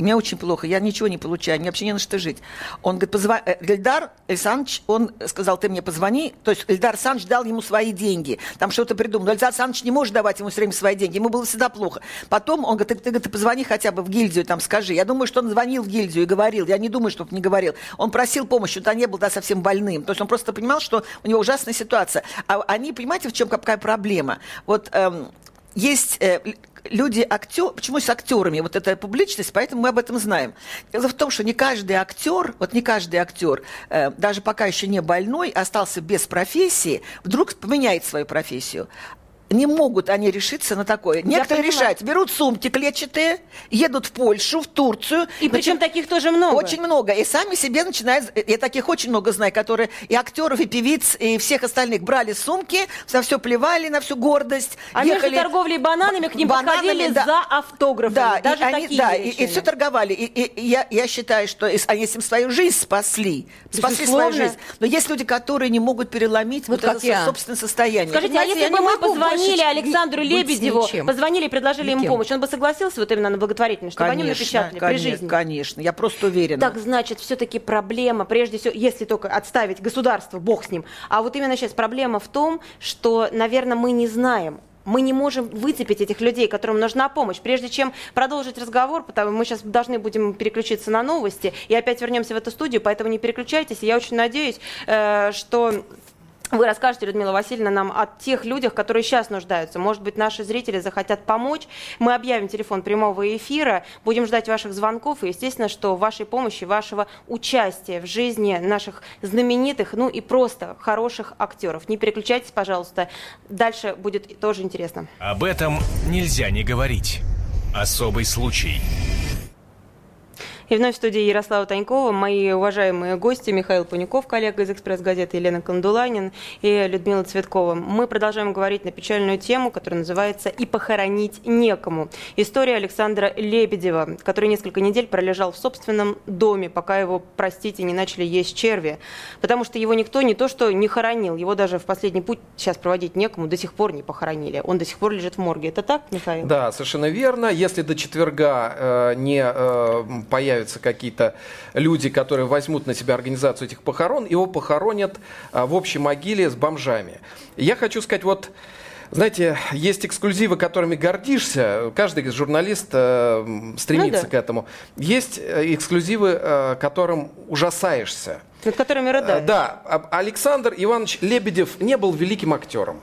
Speaker 8: мне очень плохо, я ничего не получаю, мне вообще не на что жить. Он говорит, позва... Эльдар Александрович, он сказал, ты мне позвони, то есть Эльдар Александрович дал ему свои деньги, там что-то придумал. Но Эльдар Александрович не может давать ему все время свои деньги, ему было всегда плохо. Потом он говорит, ты, ты, ты позвони хотя бы в гильдию, там скажи. Я думаю, что он звонил в гильдию и говорил, я не думаю, что он не говорил. Он просил помощи, он не был да, совсем больным, то есть он просто понимал, что у него ужасная ситуация. А они, понимаете, в чем какая проблема? Вот эм, есть... Э, люди, актеры, почему с актерами вот эта публичность, поэтому мы об этом знаем. Дело в том, что не каждый актер, вот не каждый актер, э, даже пока еще не больной, остался без профессии, вдруг поменяет свою профессию. Не могут они решиться на такое. Некоторые решают, берут сумки клетчатые, едут в Польшу, в Турцию.
Speaker 2: И причем
Speaker 8: начи...
Speaker 2: таких тоже много.
Speaker 8: Очень много. И сами себе начинают... Я таких очень много знаю, которые и актеров, и певиц, и всех остальных брали сумки, на все плевали, на всю гордость.
Speaker 2: А ехали... между торговлей бананами к ним бананами, подходили да. за автографами. Да, даже и, такие
Speaker 8: они, да, и, и все торговали. И, и, и я, я считаю, что они им свою жизнь спасли. Спасли свою жизнь. Но есть люди, которые не могут переломить вот, вот это я. собственное состояние.
Speaker 2: Скажите, а если бы мы позвонили Александру Лебедеву, позвонили и предложили ему помощь, он бы согласился вот именно на благотворительность, чтобы
Speaker 8: конечно,
Speaker 2: они напечатали
Speaker 8: конечно,
Speaker 2: при жизни?
Speaker 8: Конечно, я просто уверена.
Speaker 2: Так, значит, все-таки проблема, прежде всего, если только отставить государство, бог с ним, а вот именно сейчас проблема в том, что, наверное, мы не знаем, мы не можем выцепить этих людей, которым нужна помощь. Прежде чем продолжить разговор, потому мы сейчас должны будем переключиться на новости и опять вернемся в эту студию, поэтому не переключайтесь. Я очень надеюсь, э, что... Вы расскажете, Людмила Васильевна, нам о тех людях, которые сейчас нуждаются. Может быть, наши зрители захотят помочь. Мы объявим телефон прямого эфира, будем ждать ваших звонков. И, естественно, что вашей помощи, вашего участия в жизни наших знаменитых, ну и просто хороших актеров. Не переключайтесь, пожалуйста. Дальше будет тоже интересно.
Speaker 1: Об этом нельзя не говорить. Особый случай.
Speaker 2: И вновь в студии Ярослава Танькова, мои уважаемые гости Михаил Панюков, коллега из «Экспресс-газеты», Елена Кондуланин и Людмила Цветкова. Мы продолжаем говорить на печальную тему, которая называется «И похоронить некому». История Александра Лебедева, который несколько недель пролежал в собственном доме, пока его, простите, не начали есть черви. Потому что его никто не то что не хоронил, его даже в последний путь сейчас проводить некому, до сих пор не похоронили. Он до сих пор лежит в морге. Это так, Михаил?
Speaker 7: Да, совершенно верно. Если до четверга э, не э, появится какие-то люди, которые возьмут на себя организацию этих похорон, его похоронят а, в общей могиле с бомжами. Я хочу сказать, вот, знаете, есть эксклюзивы, которыми гордишься, каждый журналист э, стремится ну, да. к этому. Есть эксклюзивы, э, которым ужасаешься.
Speaker 2: Над которыми рыдаешь.
Speaker 7: Э, да, Александр Иванович Лебедев не был великим актером.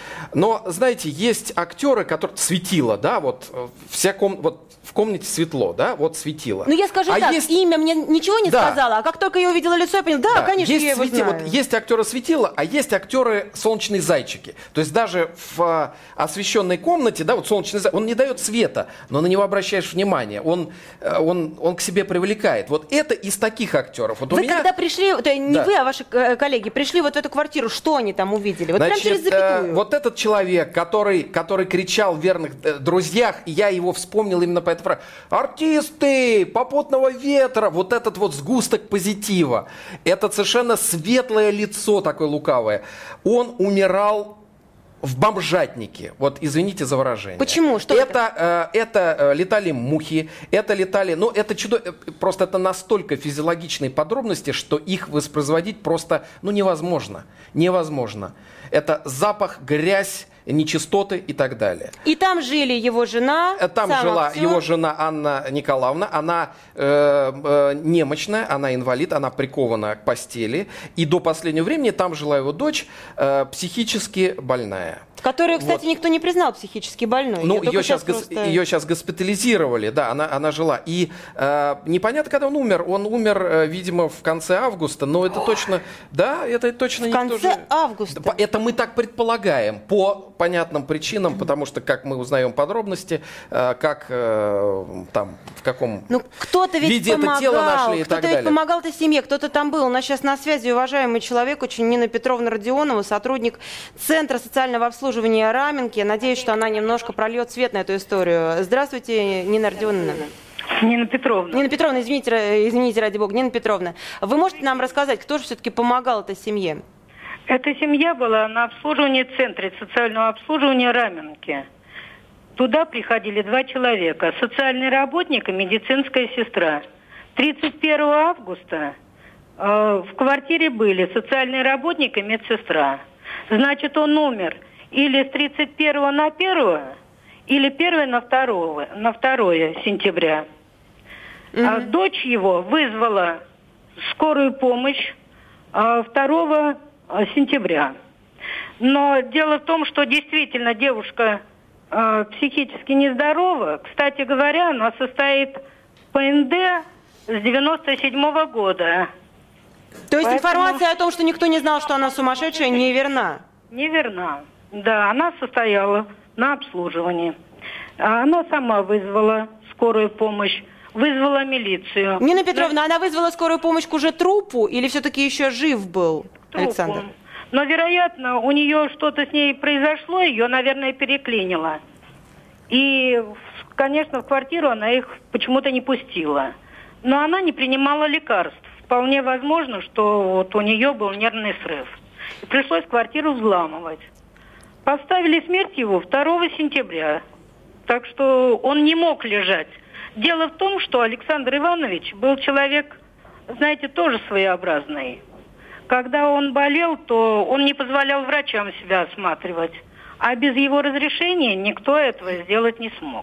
Speaker 7: Но, знаете, есть актеры, которые... Светило, да, вот, вся ком... вот в комнате светло, да, вот светило.
Speaker 2: Ну, я скажу а так, есть... имя мне ничего не да. сказала, а как только я увидела лицо, я поняла, да, да. конечно, есть я его свети... знаю.
Speaker 7: Вот есть актеры светила, а есть актеры солнечные зайчики. То есть даже в а, освещенной комнате, да, вот солнечный зайчик, он не дает света, но на него обращаешь внимание, он, он, он к себе привлекает. Вот это из таких актеров. Вот
Speaker 2: вы
Speaker 7: у меня...
Speaker 2: когда пришли, то не да. вы, а ваши коллеги, пришли вот в эту квартиру, что они там увидели? Вот
Speaker 7: Значит,
Speaker 2: прям через запятую.
Speaker 7: Э, вот этот человек, который, который кричал в «Верных э, друзьях», и я его вспомнил именно по этой фразе. Артисты попутного ветра, вот этот вот сгусток позитива, это совершенно светлое лицо такое лукавое. Он умирал в бомжатнике. Вот извините за выражение.
Speaker 2: Почему? Что это?
Speaker 7: Это, э, это э, летали мухи, это летали... Ну, это чудо... Просто это настолько физиологичные подробности, что их воспроизводить просто, ну, невозможно. Невозможно. Это запах, грязь, нечистоты и так далее.
Speaker 2: И там жили его жена.
Speaker 7: Там жила актер. Его жена Анна Николаевна. Она э, э, немощная, она инвалид, она прикована к постели. И до последнего времени там жила его дочь, э, психически больная.
Speaker 2: Которую, кстати, вот. никто не признал психически больной.
Speaker 7: Ну, ее сейчас, сейчас просто... ее сейчас госпитализировали, да, она, она жила. И э, непонятно, когда он умер. Он умер, э, видимо, в конце августа, но это точно, да, это точно
Speaker 2: в конце
Speaker 7: же...
Speaker 2: августа?
Speaker 7: Это мы так предполагаем, по понятным причинам, mm-hmm. потому что, как мы узнаем подробности, э, как э, там, в каком
Speaker 2: ну, кто-то ведь
Speaker 7: виде
Speaker 2: помогал,
Speaker 7: это тело нашли и
Speaker 2: кто-то
Speaker 7: так далее.
Speaker 2: Кто-то ведь помогал этой семье, кто-то там был. У нас сейчас на связи уважаемый человек, очень Нина Петровна Родионова, сотрудник Центра социального обслуживания Раменки. Я надеюсь, что она немножко прольет свет на эту историю. Здравствуйте, Нина Родионовна.
Speaker 9: Нина Петровна.
Speaker 2: Нина Петровна, извините, извините, ради бога. Нина Петровна, вы можете нам рассказать, кто же все-таки помогал этой семье?
Speaker 9: Эта семья была на обслуживании в Центре социального обслуживания Раменки. туда приходили два человека. Социальный работник и медицинская сестра. тридцать первого августа э, в квартире были социальный работник и медсестра. Значит, он умер или с тридцать первого на первое, или первое на второе, на второе сентября. Mm-hmm. А дочь его вызвала скорую помощь а, второго сентября. Но дело в том, что действительно девушка а, психически нездорова. Кстати говоря, она состоит по эн дэ с девяносто седьмого года.
Speaker 2: То есть
Speaker 9: Поэтому...
Speaker 2: информация о том, что никто не знал, что она сумасшедшая, неверна?
Speaker 9: Неверна. Да, она состояла на обслуживании. Она сама вызвала скорую помощь, вызвала милицию.
Speaker 2: Нина Петровна, она вызвала скорую помощь к уже трупу или все-таки еще жив был Александр?
Speaker 9: Но, вероятно, у нее что-то с ней произошло, ее, наверное, переклинило. И, конечно, в квартиру она их почему-то не пустила. Но она не принимала лекарств. Вполне возможно, что вот у нее был нервный срыв. И пришлось квартиру взламывать. Поставили смерть его второго сентября. Так что он не мог лежать. Дело в том, что Александр Иванович был человек, знаете, тоже своеобразный. Когда он болел, то он не позволял врачам себя осматривать. А без его разрешения никто этого сделать не смог.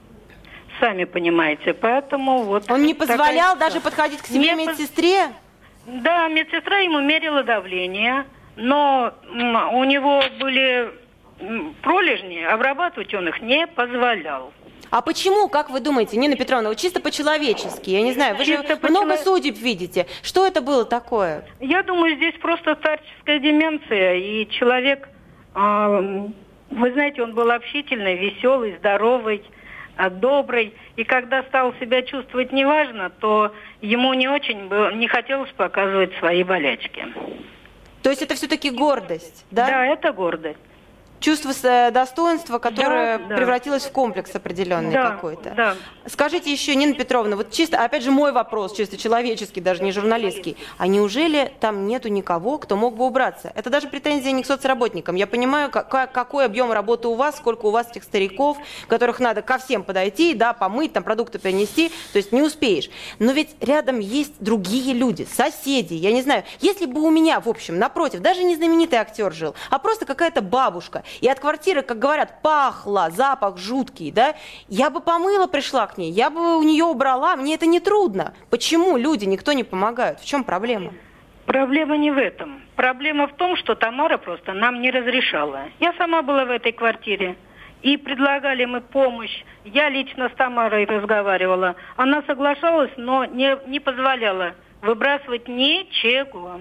Speaker 9: Сами понимаете, поэтому вот...
Speaker 2: Он не позволял
Speaker 9: такая...
Speaker 2: даже подходить к себе
Speaker 9: не
Speaker 2: медсестре?
Speaker 9: Поз... Да, медсестра ему мерила давление, но у него были пролежни, обрабатывать он их не позволял.
Speaker 2: А почему, как вы думаете, Нина Петровна, вот чисто по-человечески, я не знаю, вы чисто же много челов... судеб видите, что это было такое?
Speaker 9: Я думаю, здесь просто старческая деменция, и человек, э, вы знаете, он был общительный, веселый, здоровый, добрый, и когда стал себя чувствовать неважно, то ему не очень было, не хотелось показывать свои болячки.
Speaker 2: То есть это все-таки гордость, да?
Speaker 9: Да, это гордость.
Speaker 2: Чувство достоинства, которое
Speaker 9: да,
Speaker 2: превратилось
Speaker 9: да.
Speaker 2: в комплекс определенный
Speaker 9: да,
Speaker 2: какой-то.
Speaker 9: Да.
Speaker 2: Скажите еще, Нина Петровна, вот чисто, опять же, мой вопрос, чисто человеческий, даже не журналистский. А неужели там нету никого, кто мог бы убраться? Это даже претензия не к соцработникам. Я понимаю, как, какой объем работы у вас, сколько у вас этих стариков, которых надо ко всем подойти, да, помыть, там продукты принести, то есть не успеешь. Но ведь рядом есть другие люди, соседи, я не знаю. Если бы у меня, в общем, напротив, даже не знаменитый актер жил, а просто какая-то бабушка, и от квартиры, как говорят, пахло, запах жуткий, да, я бы помыла, пришла к ней, я бы у нее убрала, мне это не трудно. Почему люди, никто не помогает? В чем проблема?
Speaker 9: Проблема не в этом. Проблема в том, что Тамара просто нам не разрешала. Я сама была в этой квартире, и предлагали мы помощь. Я лично с Тамарой разговаривала. Она соглашалась, но не, не позволяла выбрасывать ничего.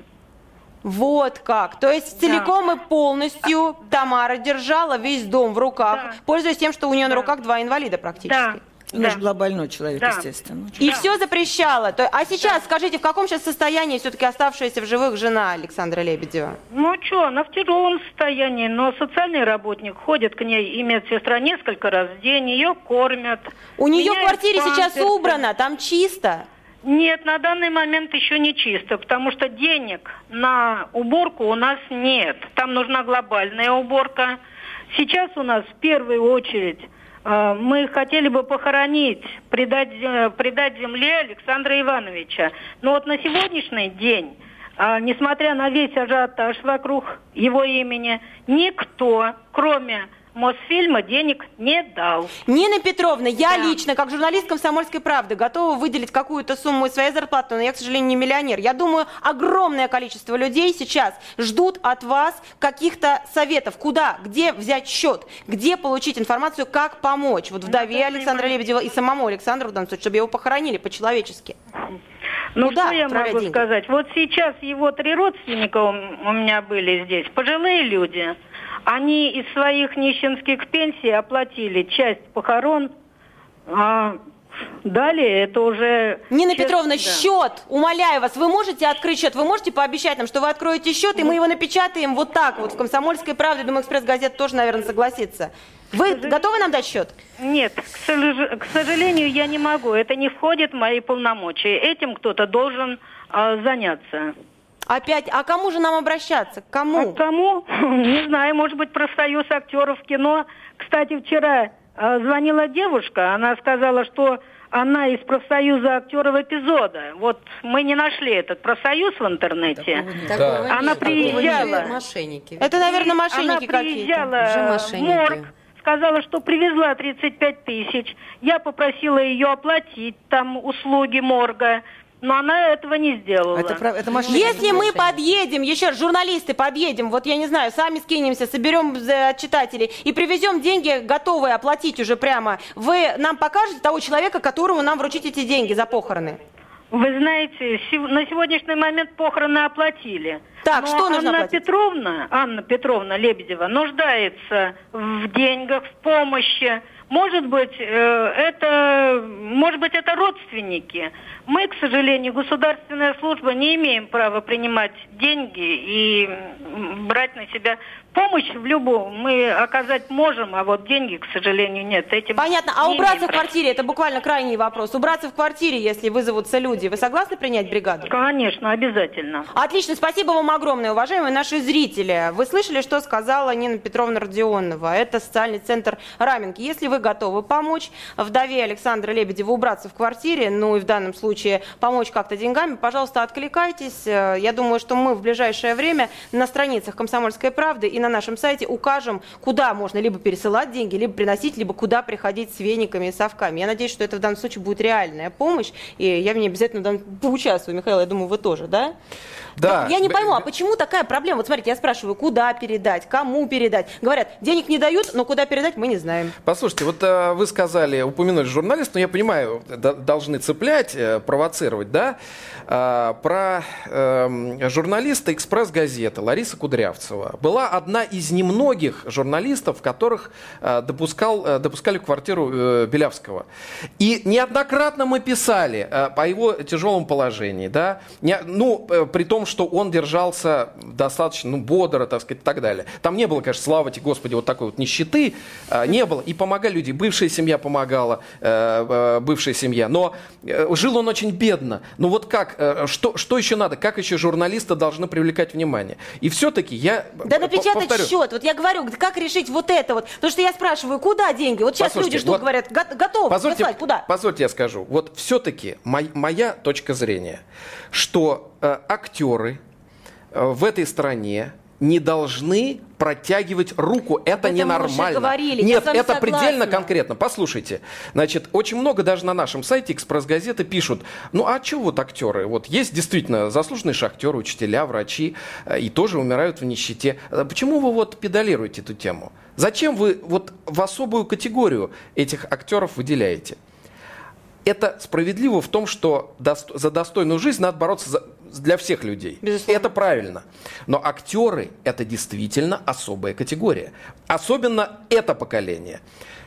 Speaker 2: Вот как. То есть целиком да. и полностью Тамара держала весь дом в руках, да. пользуясь тем, что у нее да. на руках два инвалида практически.
Speaker 9: Да.
Speaker 8: Она да. же была больной человек, да. естественно.
Speaker 2: И
Speaker 9: да.
Speaker 2: все запрещала. А сейчас, да. скажите, в каком сейчас состоянии все-таки оставшаяся в живых жена Александра Лебедева?
Speaker 9: Ну что, она в тяжелом состоянии, но социальный работник ходит к ней, и медсестра несколько раз в день, ее кормят.
Speaker 2: У нее в квартире сейчас убрано, там чисто.
Speaker 9: Нет, на данный момент еще не чисто, потому что денег на уборку у нас нет. Там нужна глобальная уборка. Сейчас у нас в первую очередь э, мы хотели бы похоронить, предать, э, предать земле Александра Ивановича. Но вот на сегодняшний день, э, несмотря на весь ажиотаж вокруг его имени, никто, кроме Мосфильма, денег не дал.
Speaker 2: Нина Петровна, я
Speaker 9: да.
Speaker 2: лично, как журналист «Комсомольской правды», готова выделить какую-то сумму из своей зарплаты, но я, к сожалению, не миллионер. Я думаю, огромное количество людей сейчас ждут от вас каких-то советов. Куда, где взять счет, где получить информацию, как помочь вот вдове Александра Лебедева и самому Александру, в данном случае, чтобы его похоронили по-человечески.
Speaker 9: Ну,
Speaker 2: Куда
Speaker 9: что я могу деньги? сказать? Вот сейчас его три родственника у меня были здесь, пожилые люди. Они из своих нищенских пенсий оплатили часть похорон, а далее это уже...
Speaker 2: Нина честно, Петровна, да. счет, умоляю вас, вы можете открыть счет, вы можете пообещать нам, что вы откроете счет, и мы его напечатаем вот так вот в «Комсомольской правде», думаю, «Экспресс-газет» тоже, наверное, согласится. Вы готовы нам дать счет?
Speaker 9: Нет, к сожалению, я не могу, это не входит в мои полномочия, этим кто-то должен а, заняться.
Speaker 2: Опять, а кому же нам обращаться? К кому?
Speaker 9: А к кому? Не знаю, может быть, профсоюз актеров кино. Кстати, вчера э, звонила девушка, она сказала, что она из профсоюза актеров эпизода. Вот мы не нашли этот профсоюз в интернете.
Speaker 7: Да.
Speaker 9: Она приезжала.
Speaker 6: Мошенники.
Speaker 2: Это, наверное, мошенники
Speaker 9: Она приезжала в морг, сказала, что привезла тридцать пять тысяч. Я попросила ее оплатить там услуги морга. Но она этого не сделала.
Speaker 8: Это, прав... это
Speaker 2: Если мы подъедем, еще раз, журналисты подъедем, вот я не знаю, сами скинемся, соберем от читателей и привезем деньги, готовые оплатить уже прямо, вы нам покажете того человека, которому нам вручить эти деньги за похороны?
Speaker 9: Вы знаете, на сегодняшний момент похороны оплатили.
Speaker 2: Так,
Speaker 9: но
Speaker 2: что нужно
Speaker 9: Анна
Speaker 2: оплатить?
Speaker 9: Петровна, Анна Петровна Лебедева нуждается в деньгах, в помощи. Может быть, это, может быть, это родственники. Мы, к сожалению, государственная служба, не имеем права принимать деньги и брать на себя помощь в любую. Мы оказать можем, а вот деньги, к сожалению, нет. Этим
Speaker 2: Понятно. А
Speaker 9: не
Speaker 2: убраться
Speaker 9: имеем
Speaker 2: в квартире, это буквально крайний вопрос. Убраться в квартире, если вызовутся люди. Вы согласны принять бригаду?
Speaker 9: Конечно, обязательно.
Speaker 2: Отлично. Спасибо вам огромное, уважаемые наши зрители. Вы слышали, что сказала Нина Петровна Родионова? Это социальный центр Раменки. Если вы готовы помочь вдове Александра Лебедева убраться в квартире, ну и в данном случае помочь как-то деньгами, пожалуйста, откликайтесь. Я думаю, что мы в ближайшее время на страницах «Комсомольской правды» и на нашем сайте укажем, куда можно либо пересылать деньги, либо приносить, либо куда приходить с вениками и совками. Я надеюсь, что это в данном случае будет реальная помощь, и я в ней обязательно поучаствую. Михаил, я думаю, вы тоже, да?
Speaker 7: Да.
Speaker 2: Я не пойму, а почему такая проблема? Вот смотрите, я спрашиваю, куда передать, кому передать? Говорят, денег не дают, но куда передать, мы не знаем.
Speaker 7: Послушайте, вот э, вы сказали, упомянули журналист, но я понимаю, д- должны цеплять, э, провоцировать, да? Э, про э, журналиста «Экспресс-газеты» Лариса Кудрявцева. Была одна из немногих журналистов, которых э, допускал, э, допускали в квартиру э, Белявского. И неоднократно мы писали э, по его тяжелом положении, да? Не, ну, э, при том, что он держался достаточно ну, бодро, так сказать, и так далее. Там не было, конечно, слава тебе, Господи, вот такой вот нищеты, э, не было. И помогали люди. Бывшая семья помогала, э, э, бывшая семья. Но э, жил он очень бедно. Ну вот как, э, что, что еще надо? Как еще журналисты должны привлекать внимание? И все-таки я
Speaker 2: Да напечатать
Speaker 7: повторю.
Speaker 2: счет. Вот я говорю, как решить вот это вот. Потому что я спрашиваю, куда деньги? Вот сейчас
Speaker 7: Послушайте,
Speaker 2: люди ждут,
Speaker 7: вот
Speaker 2: говорят, готовы
Speaker 7: позвольте,
Speaker 2: послать, куда?
Speaker 7: Позвольте я скажу. Вот все-таки мой, моя точка зрения, что э, актеры э, в этой стране не должны протягивать руку. Это ненормально.
Speaker 2: Мы уже говорили,
Speaker 7: Нет,
Speaker 2: я с вами
Speaker 7: это
Speaker 2: согласна.
Speaker 7: предельно конкретно. Послушайте, значит, очень много даже на нашем сайте «Экспресс-газеты» пишут, ну а чего вот актеры? Вот есть действительно заслуженные шахтеры, учителя, врачи, и тоже умирают в нищете. Почему вы вот педалируете эту тему? Зачем вы вот в особую категорию этих актеров выделяете? Это справедливо в том, что дост- за достойную жизнь надо бороться за- для всех людей.
Speaker 2: Безусловно.
Speaker 7: Это правильно. Но актеры – это действительно особая категория. Особенно это поколение.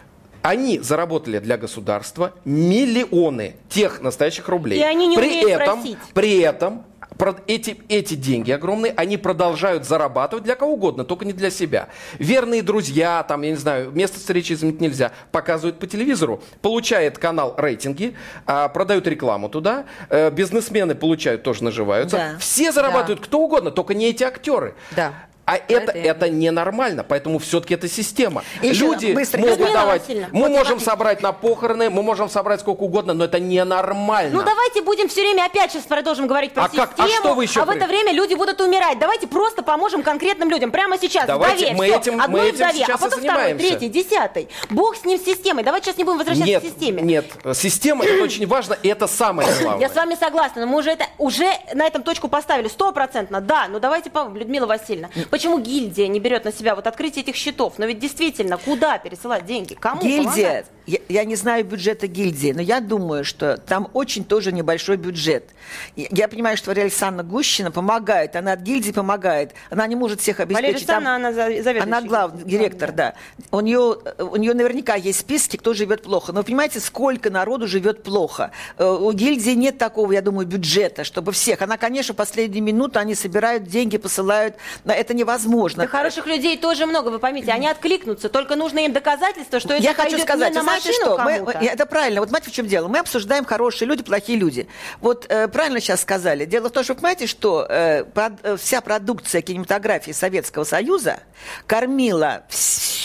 Speaker 7: Они заработали для государства миллионы тех настоящих рублей.
Speaker 2: И они не
Speaker 7: при
Speaker 2: умеют
Speaker 7: этом,
Speaker 2: просить.
Speaker 7: При этом про- эти, эти деньги огромные, они продолжают зарабатывать для кого угодно, только не для себя. Верные друзья, там, я не знаю, место встречи изменить нельзя, показывают по телевизору, получает канал рейтинги, а, продают рекламу туда, э, бизнесмены получают, тоже наживаются.
Speaker 6: Да.
Speaker 7: Все зарабатывают,
Speaker 6: Да.
Speaker 7: кто угодно, только не эти актеры.
Speaker 6: Да.
Speaker 7: А это,
Speaker 6: Это
Speaker 7: это ненормально, поэтому все-таки это система.
Speaker 8: И еще
Speaker 7: Люди
Speaker 8: быстро,
Speaker 7: могут
Speaker 2: Людмила
Speaker 7: давать,
Speaker 2: Васильевна,
Speaker 7: мы
Speaker 2: вот
Speaker 7: можем
Speaker 2: смотрите.
Speaker 7: собрать на похороны, мы можем собрать сколько угодно, но это ненормально.
Speaker 2: Ну давайте будем все время опять сейчас продолжим говорить про
Speaker 7: А как?
Speaker 2: систему,
Speaker 7: А что вы еще
Speaker 2: а в это
Speaker 7: при-
Speaker 2: время люди будут умирать. Давайте просто поможем конкретным людям прямо сейчас.
Speaker 7: Давайте,
Speaker 2: вдове,
Speaker 7: мы
Speaker 2: всё.
Speaker 7: этим-
Speaker 2: одной
Speaker 7: мы этим
Speaker 2: вдове,
Speaker 7: сейчас
Speaker 2: а
Speaker 7: и
Speaker 2: потом второй,
Speaker 7: занимаемся.
Speaker 2: третий, десятый. Бог с ним с системой. Давайте сейчас не будем возвращаться
Speaker 7: Нет,
Speaker 2: к системе.
Speaker 7: нет, система это очень важно, и это самое главное.
Speaker 2: Я с вами согласна, но мы уже это уже на этом точку поставили стопроцентно, да. Но давайте, по- Людмила Васильевна, почему гильдия не берет на себя вот открытие этих счетов? Но ведь действительно, куда пересылать деньги? Кому
Speaker 8: Гильдия,
Speaker 2: помогать?
Speaker 8: я, я не знаю бюджета гильдии, но я думаю, что там очень тоже небольшой бюджет. Я, я понимаю, что Валерия Александровна Гущина помогает, она от гильдии помогает, она не может всех обеспечить.
Speaker 2: Валерия Александровна,
Speaker 8: Там-
Speaker 2: она за- заведующая.
Speaker 8: Она главный директор, да. У нее, у нее наверняка есть списки, кто живет плохо. Но вы понимаете, сколько народу живет плохо? Э, У гильдии нет такого, я думаю, бюджета, чтобы всех. Она, конечно, в последнюю минуту они собирают деньги, посылают. Но это невозможно.
Speaker 2: Да хороших людей тоже много, вы поймите, они откликнутся, только нужно им доказательство, что это
Speaker 8: Я хочу
Speaker 2: пойдет
Speaker 8: сказать,
Speaker 2: не на
Speaker 8: знаете
Speaker 2: машину
Speaker 8: что, мы,
Speaker 2: кому-то.
Speaker 8: это правильно, вот знаете, в чем дело? Мы обсуждаем хорошие люди, плохие люди. Вот э, правильно сейчас сказали. Дело в том, что вы понимаете, что э, под- э, вся продукция кинематографии Советского Союза кормила всю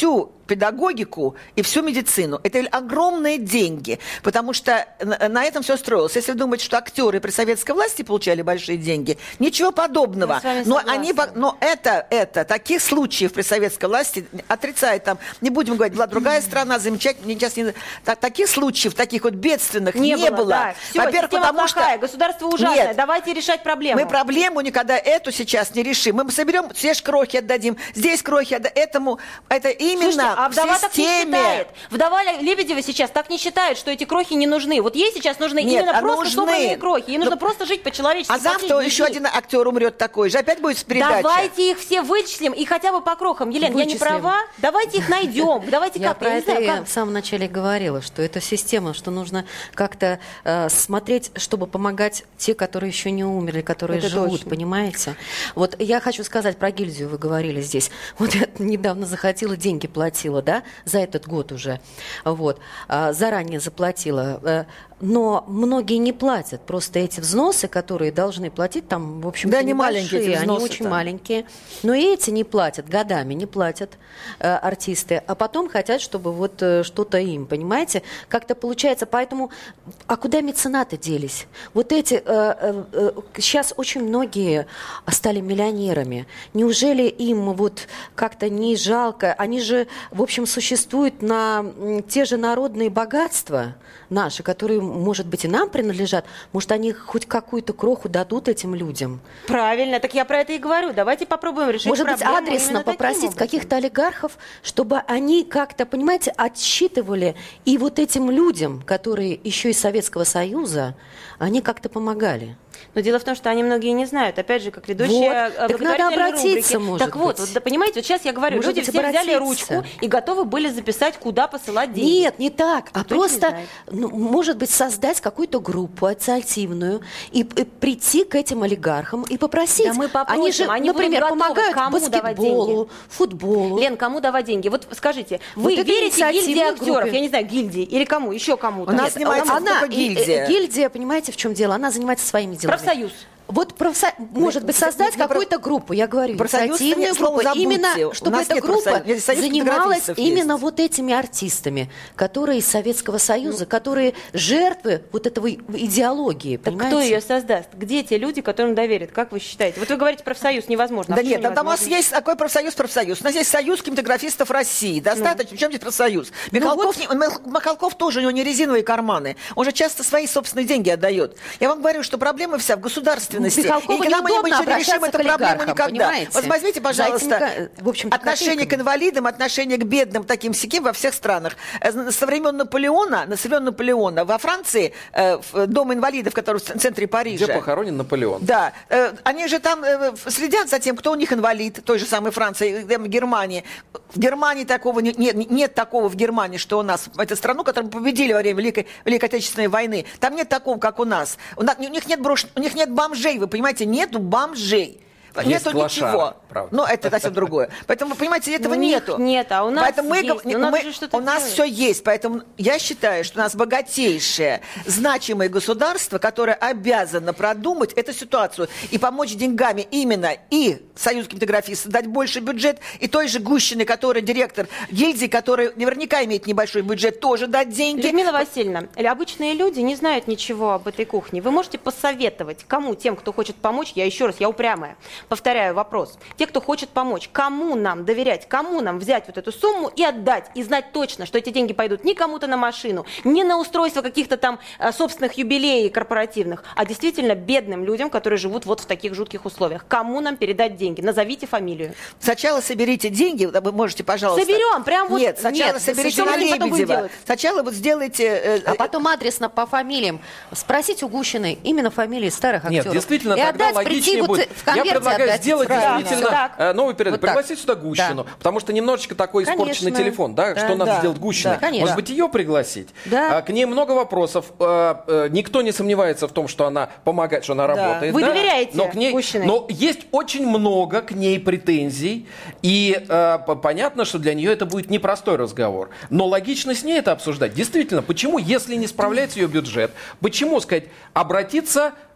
Speaker 8: педагогику и всю медицину. Это огромные деньги, потому что на этом все строилось. Если вы думаете, что актеры при советской власти получали большие деньги, ничего подобного. Но, они, но это, это, таких случаев при советской власти отрицает там, не будем говорить, была другая страна, замечательная, сейчас не, так, таких случаев, таких вот бедственных не, не было. было.
Speaker 2: Да. Все,
Speaker 8: Во-первых, потому
Speaker 2: плохая,
Speaker 8: что...
Speaker 2: государство ужасное,
Speaker 8: Нет,
Speaker 2: давайте решать проблему.
Speaker 8: Мы проблему никогда эту сейчас не решим. Мы соберем, здесь крохи отдадим, здесь крохи отдадим. Этому, это именно...
Speaker 2: Слушайте, а вдова
Speaker 8: в
Speaker 2: так не считает. Вдова Лебедева сейчас так не считает, что эти крохи не нужны. Вот ей сейчас нужны
Speaker 8: Нет,
Speaker 2: именно
Speaker 8: а
Speaker 2: просто
Speaker 8: нужны.
Speaker 2: собранные крохи. Ей нужно
Speaker 8: Но...
Speaker 2: просто жить по-человечески.
Speaker 8: А завтра еще один актер умрет такой же. Опять будет передача.
Speaker 2: Давайте их все вычислим и хотя бы по крохам. Елена, вычислим. Я не права? Давайте их найдем. Давайте
Speaker 6: я
Speaker 2: как
Speaker 6: про
Speaker 2: я
Speaker 6: это
Speaker 2: знаю,
Speaker 6: я
Speaker 2: как...
Speaker 6: в самом начале говорила, что это система, что нужно как-то э, смотреть, чтобы помогать те, которые еще не умерли, которые это живут, точно. Понимаете? Вот я хочу сказать про гильдию, вы говорили здесь. Вот я недавно захотела, деньги платила, да, за этот год уже. Вот. А, заранее заплатила. Но многие не платят. Просто эти взносы, которые должны платить, там, в общем-то,
Speaker 8: да, не
Speaker 6: маленькие,
Speaker 8: эти
Speaker 6: они очень маленькие. Но и эти не платят, годами не платят э, артисты. А потом хотят, чтобы вот э, что-то им, понимаете? Как-то получается. Поэтому, а куда меценаты делись? Вот эти, э, э, э, сейчас очень многие стали миллионерами. Неужели им вот как-то не жалко? Они же, в общем, существуют на м, те же народные богатства наши, которые, может быть, и нам принадлежат. Может, они хоть какую-то кроху дадут этим людям?
Speaker 2: Правильно, так я про это и говорю. Давайте попробуем решить
Speaker 6: может
Speaker 2: проблему.
Speaker 6: Может быть, адресно попросить каких-то олигархов, чтобы они как-то, понимаете, отсчитывали и вот этим людям, которые еще из Советского Союза, они как-то помогали.
Speaker 2: Но дело в том, что они многие не знают. Опять же, как ведущие
Speaker 6: вот. Так надо обратиться,
Speaker 2: рубрики.
Speaker 6: может
Speaker 2: Так вот,
Speaker 6: быть.
Speaker 2: вот, понимаете, вот сейчас я говорю, может люди быть, все обратиться. Взяли ручку и готовы были записать, куда посылать деньги.
Speaker 6: Нет, не так, а Кто просто, ну, может быть, создать какую-то группу инициативную и, и прийти к этим олигархам и попросить.
Speaker 2: Да мы попросим.
Speaker 6: Они же,
Speaker 2: они
Speaker 6: например,
Speaker 2: готовы.
Speaker 6: помогают
Speaker 2: кому
Speaker 6: баскетболу, футболу.
Speaker 2: Лен, кому давать деньги? Вот скажите, вы
Speaker 6: вот
Speaker 2: верите гильдии актеров?
Speaker 6: Группе.
Speaker 2: Я не знаю, гильдии или кому? Еще кому-то?
Speaker 8: У нас занимается
Speaker 6: она,
Speaker 8: только гильдия.
Speaker 6: Гильдия, понимаете, в чем дело? Она занимается своими делами.
Speaker 2: Профсоюз.
Speaker 6: Вот профсо... может быть создать
Speaker 8: не, не
Speaker 6: какую-то группу, я говорю,
Speaker 8: профсоюз,
Speaker 6: инициативную группу, именно чтобы эта группа занималась именно
Speaker 8: есть.
Speaker 6: вот этими артистами, которые из Советского Союза, ну, которые жертвы вот этого идеологии,
Speaker 2: так
Speaker 6: понимаете?
Speaker 2: Кто ее создаст? Где те люди, которым доверят? Как вы считаете? Вот вы говорите, профсоюз невозможно.
Speaker 8: Да
Speaker 2: а
Speaker 8: нет,
Speaker 2: невозможно?
Speaker 8: у нас есть такой профсоюз, профсоюз. У нас есть союз кинематографистов России. Достаточно. Ну. В чем здесь профсоюз? Михалков, ну, вот... Михалков тоже, у него не резиновые карманы. Он же часто свои собственные деньги отдает. Я вам говорю, что проблема вся в государственности.
Speaker 6: Михалкова
Speaker 8: мы не решим эту проблему никогда.
Speaker 6: Понимаете?
Speaker 8: Вот возьмите, пожалуйста,
Speaker 6: в общем,
Speaker 8: отношение к инвалидам, отношение к бедным, таким сяким во всех странах. Со времен Наполеона, со времен Наполеона во Франции, в Дом инвалидов, который в центре Парижа.
Speaker 7: Где похоронен Наполеон.
Speaker 8: Да. Они же там следят за тем, кто у них инвалид, той же самой Франции, Германии. В Германии такого нет, нет такого в Германии, что у нас, это страну, которую мы победили во время Великой, Великой Отечественной войны. Там нет такого, как у нас. У, нас, у них нет брош, у них нет бомжей, вы понимаете, нету бомжей.
Speaker 7: Есть
Speaker 8: нету
Speaker 7: клошары,
Speaker 8: ничего.
Speaker 7: правда.
Speaker 8: Но это совсем другое. Поэтому, вы понимаете, этого
Speaker 2: у
Speaker 8: нету.
Speaker 2: Нет, а у нас
Speaker 8: поэтому мы,
Speaker 2: есть.
Speaker 8: мы, мы, у нас все есть. Поэтому я считаю, что у нас богатейшее, значимое государство, которое обязано продумать эту ситуацию и помочь деньгами именно и Союз кинематографистов дать больше бюджет, и той же Гущиной, которая директор гильдии, которая наверняка имеет небольшой бюджет, тоже дать деньги.
Speaker 2: Людмила Васильевна, обычные люди не знают ничего об этой кухне. Вы можете посоветовать, кому, тем, кто хочет помочь, я еще раз, я упрямая, повторяю вопрос. Те, кто хочет помочь, кому нам доверять, кому нам взять вот эту сумму и отдать, и знать точно, что эти деньги пойдут не кому-то на машину, не на устройство каких-то там э, собственных юбилеев корпоративных, а действительно бедным людям, которые живут вот в таких жутких условиях. Кому нам передать деньги? Назовите фамилию.
Speaker 8: Сначала соберите деньги, вы можете, пожалуйста.
Speaker 2: Соберем, прям вот.
Speaker 8: Нет, сначала нет, соберите на Лебедева. Сначала вот сделайте... Э,
Speaker 6: а потом адресно по фамилиям. Спросить у Гущиной именно фамилии старых актеров.
Speaker 7: Нет, действительно,
Speaker 6: и
Speaker 7: тогда
Speaker 6: отдать,
Speaker 7: логичнее
Speaker 6: вот
Speaker 7: будет.
Speaker 6: В конверте
Speaker 7: Я предлагаю
Speaker 6: отдать.
Speaker 7: сделать
Speaker 6: Правильно.
Speaker 7: действительно
Speaker 6: Да.
Speaker 7: новый период.
Speaker 6: Вот
Speaker 7: Пригласить сюда Гущину,
Speaker 6: да.
Speaker 7: потому что немножечко такой
Speaker 6: Конечно.
Speaker 7: испорченный телефон, да,
Speaker 6: Да.
Speaker 7: что надо
Speaker 6: Да.
Speaker 7: сделать Гущиной.
Speaker 6: Да.
Speaker 7: Может быть, ее пригласить?
Speaker 6: Да.
Speaker 7: А, к ней много вопросов. А, а, никто не сомневается в том, что она помогает, что она
Speaker 8: Да.
Speaker 7: работает.
Speaker 2: Вы
Speaker 7: да?
Speaker 2: доверяете
Speaker 7: но, к ней,
Speaker 2: Гущиной?
Speaker 7: но есть очень много к ней претензий. И а, понятно, что для нее это будет непростой разговор. Но логично с ней это обсуждать. Действительно, почему, если не справляется ее бюджет, почему, сказать, обратиться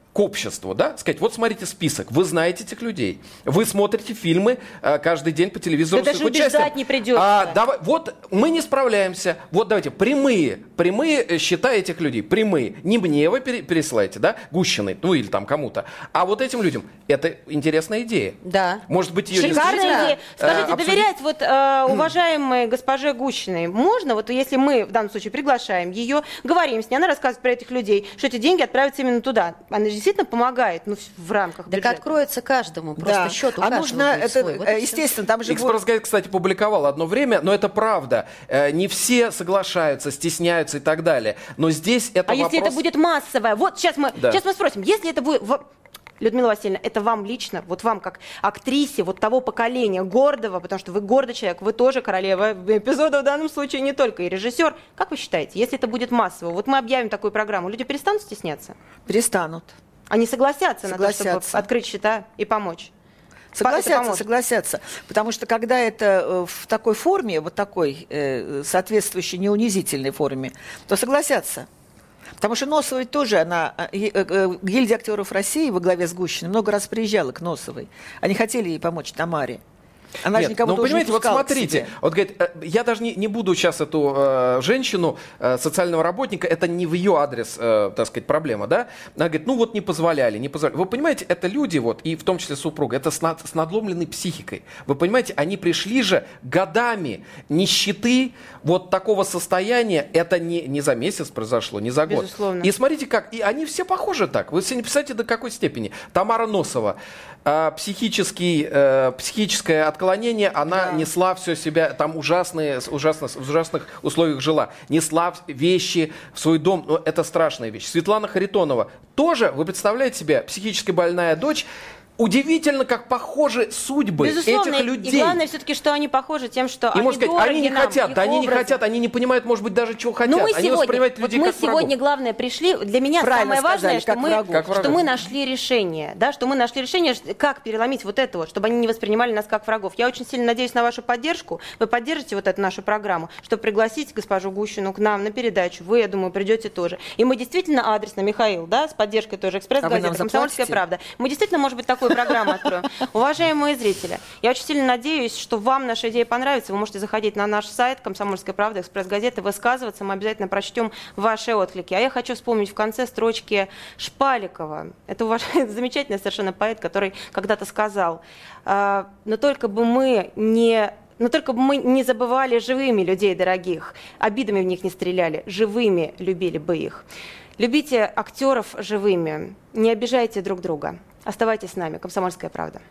Speaker 7: к обществу, да, сказать, вот смотрите список, вы знаете этих людей, вы смотрите фильмы э, каждый день по телевизору
Speaker 2: да
Speaker 7: с их
Speaker 2: даже
Speaker 7: участием.
Speaker 2: убеждать не придется.
Speaker 7: А, давай, вот мы не справляемся, вот давайте, прямые, прямые счета этих людей, прямые, не мне вы пере, пересылаете, да, Гущиной, ну или там кому-то, а вот этим людям, это интересная идея.
Speaker 2: Да.
Speaker 7: Может быть, ее
Speaker 2: Шикарная идея. Скажите,
Speaker 7: э, обсудить...
Speaker 2: доверять вот э, уважаемой госпоже Гущиной можно? Вот если мы в данном случае приглашаем ее, говорим с ней, она рассказывает про этих людей, что эти деньги отправятся именно туда. Она действительно помогает, ну, в рамках
Speaker 6: так
Speaker 2: бюджета.
Speaker 6: откроется каждому, просто
Speaker 8: Да.
Speaker 6: счет у
Speaker 8: а
Speaker 6: каждого
Speaker 8: нужно,
Speaker 6: будет
Speaker 8: это,
Speaker 6: свой. Вот и
Speaker 8: естественно, там же...
Speaker 7: «Экспресс-газета», кстати, публиковала одно время, но это правда. Э, Не все соглашаются, стесняются и так далее. Но здесь это
Speaker 2: А
Speaker 7: вопрос...
Speaker 2: если это будет массовое? Вот сейчас мы,
Speaker 7: Да.
Speaker 2: сейчас мы спросим, если это будет... в- Людмила Васильевна, это вам лично, вот вам как актрисе вот того поколения гордого, потому что вы гордый человек, вы тоже королева эпизода в данном случае, не только и режиссер. Как вы считаете, если это будет массово, вот мы объявим такую программу, люди перестанут стесняться?
Speaker 8: Перестанут.
Speaker 2: Они согласятся,
Speaker 8: Согласятся.
Speaker 2: на то, чтобы открыть счета и помочь? Это
Speaker 8: Согласятся,
Speaker 2: поможет.
Speaker 8: согласятся. Потому что когда это э, в такой форме, вот такой э, соответствующей неунизительной форме, то согласятся. Потому что Носова ведь тоже, она, э, э, гильдия актеров России во главе с Гущиной много раз приезжала к Носовой. Они хотели ей помочь, Тамаре. Она
Speaker 7: Нет,
Speaker 8: же никого
Speaker 7: ну,
Speaker 8: тоже не
Speaker 7: понимаете, вот
Speaker 8: пускала к
Speaker 7: смотрите,
Speaker 8: себе.
Speaker 7: вот говорит, э, я даже не, не буду сейчас эту э, женщину, э, социального работника, это не в ее адрес, э, так сказать, проблема, да? Она говорит, ну вот не позволяли, не позволяли. Вы понимаете, это люди, вот, и в том числе супруга, это с, над- с надломленной психикой. Вы понимаете, они пришли же годами нищеты, вот такого состояния, это не, не за месяц произошло, не за год.
Speaker 2: Безусловно.
Speaker 7: И смотрите как, и они все похожи так. Вы себе не представляете, до какой степени. Тамара Носова, э, психический, э, психическое отклонение, она
Speaker 8: Да.
Speaker 7: несла все себя, там ужасные, ужасно, в ужасных условиях жила, несла вещи в свой дом, ну, это страшная вещь. Светлана Харитонова тоже, вы представляете себе, психически больная дочь. Удивительно, как похожи судьбы
Speaker 2: Безусловно,
Speaker 7: этих
Speaker 2: и-
Speaker 7: людей.
Speaker 2: и главное все-таки, что они похожи тем, что
Speaker 7: И,
Speaker 2: они
Speaker 7: можно сказать,
Speaker 2: дороги
Speaker 7: они не
Speaker 2: нам,
Speaker 7: хотят,
Speaker 2: их
Speaker 7: да, они не
Speaker 2: образы.
Speaker 7: хотят, они не понимают, может быть, даже чего хотят.
Speaker 2: Но мы
Speaker 7: они
Speaker 2: сегодня,
Speaker 7: воспринимают
Speaker 2: вот
Speaker 7: людей
Speaker 2: мы
Speaker 7: как
Speaker 2: сегодня,
Speaker 7: врагов.
Speaker 2: главное, пришли. Для меня
Speaker 8: Правильно
Speaker 2: самое важное,
Speaker 8: сказали,
Speaker 2: что
Speaker 8: как
Speaker 2: мы,
Speaker 8: врагов.
Speaker 7: Как
Speaker 2: что
Speaker 7: врагов.
Speaker 2: мы нашли решение, да, что мы нашли решение, ш- как переломить вот это вот, чтобы они не воспринимали нас как врагов. Я очень сильно надеюсь на вашу поддержку. Вы поддержите вот эту нашу программу, чтобы пригласить госпожу Гущину к нам на передачу. Вы, я думаю, придете тоже. И мы действительно адресно, Михаил, да, с поддержкой тоже
Speaker 8: А вы нам
Speaker 2: «Экспресс-газеты», «Комсомольская
Speaker 8: заплатите?
Speaker 2: правда». Мы действительно, может быть, такую программу откроем. Уважаемые зрители, я очень сильно надеюсь, что вам наша идея понравится. Вы можете заходить на наш сайт «Комсомольская правда», «Экспресс-газеты», высказываться. Мы обязательно прочтем ваши отклики. А я хочу вспомнить в конце строчки Шпаликова. Это уважаемый, замечательный совершенно поэт, который когда-то сказал: «А, но только бы мы не... Но только бы мы не забывали живыми людей дорогих, обидами в них не стреляли, живыми любили бы их». Любите актеров живыми, не обижайте друг друга. Оставайтесь с нами. «Комсомольская правда».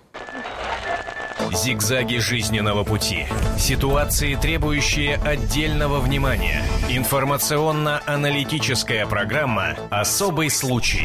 Speaker 1: Зигзаги жизненного пути. Ситуации, требующие отдельного внимания. Информационно-аналитическая программа «Особый случай».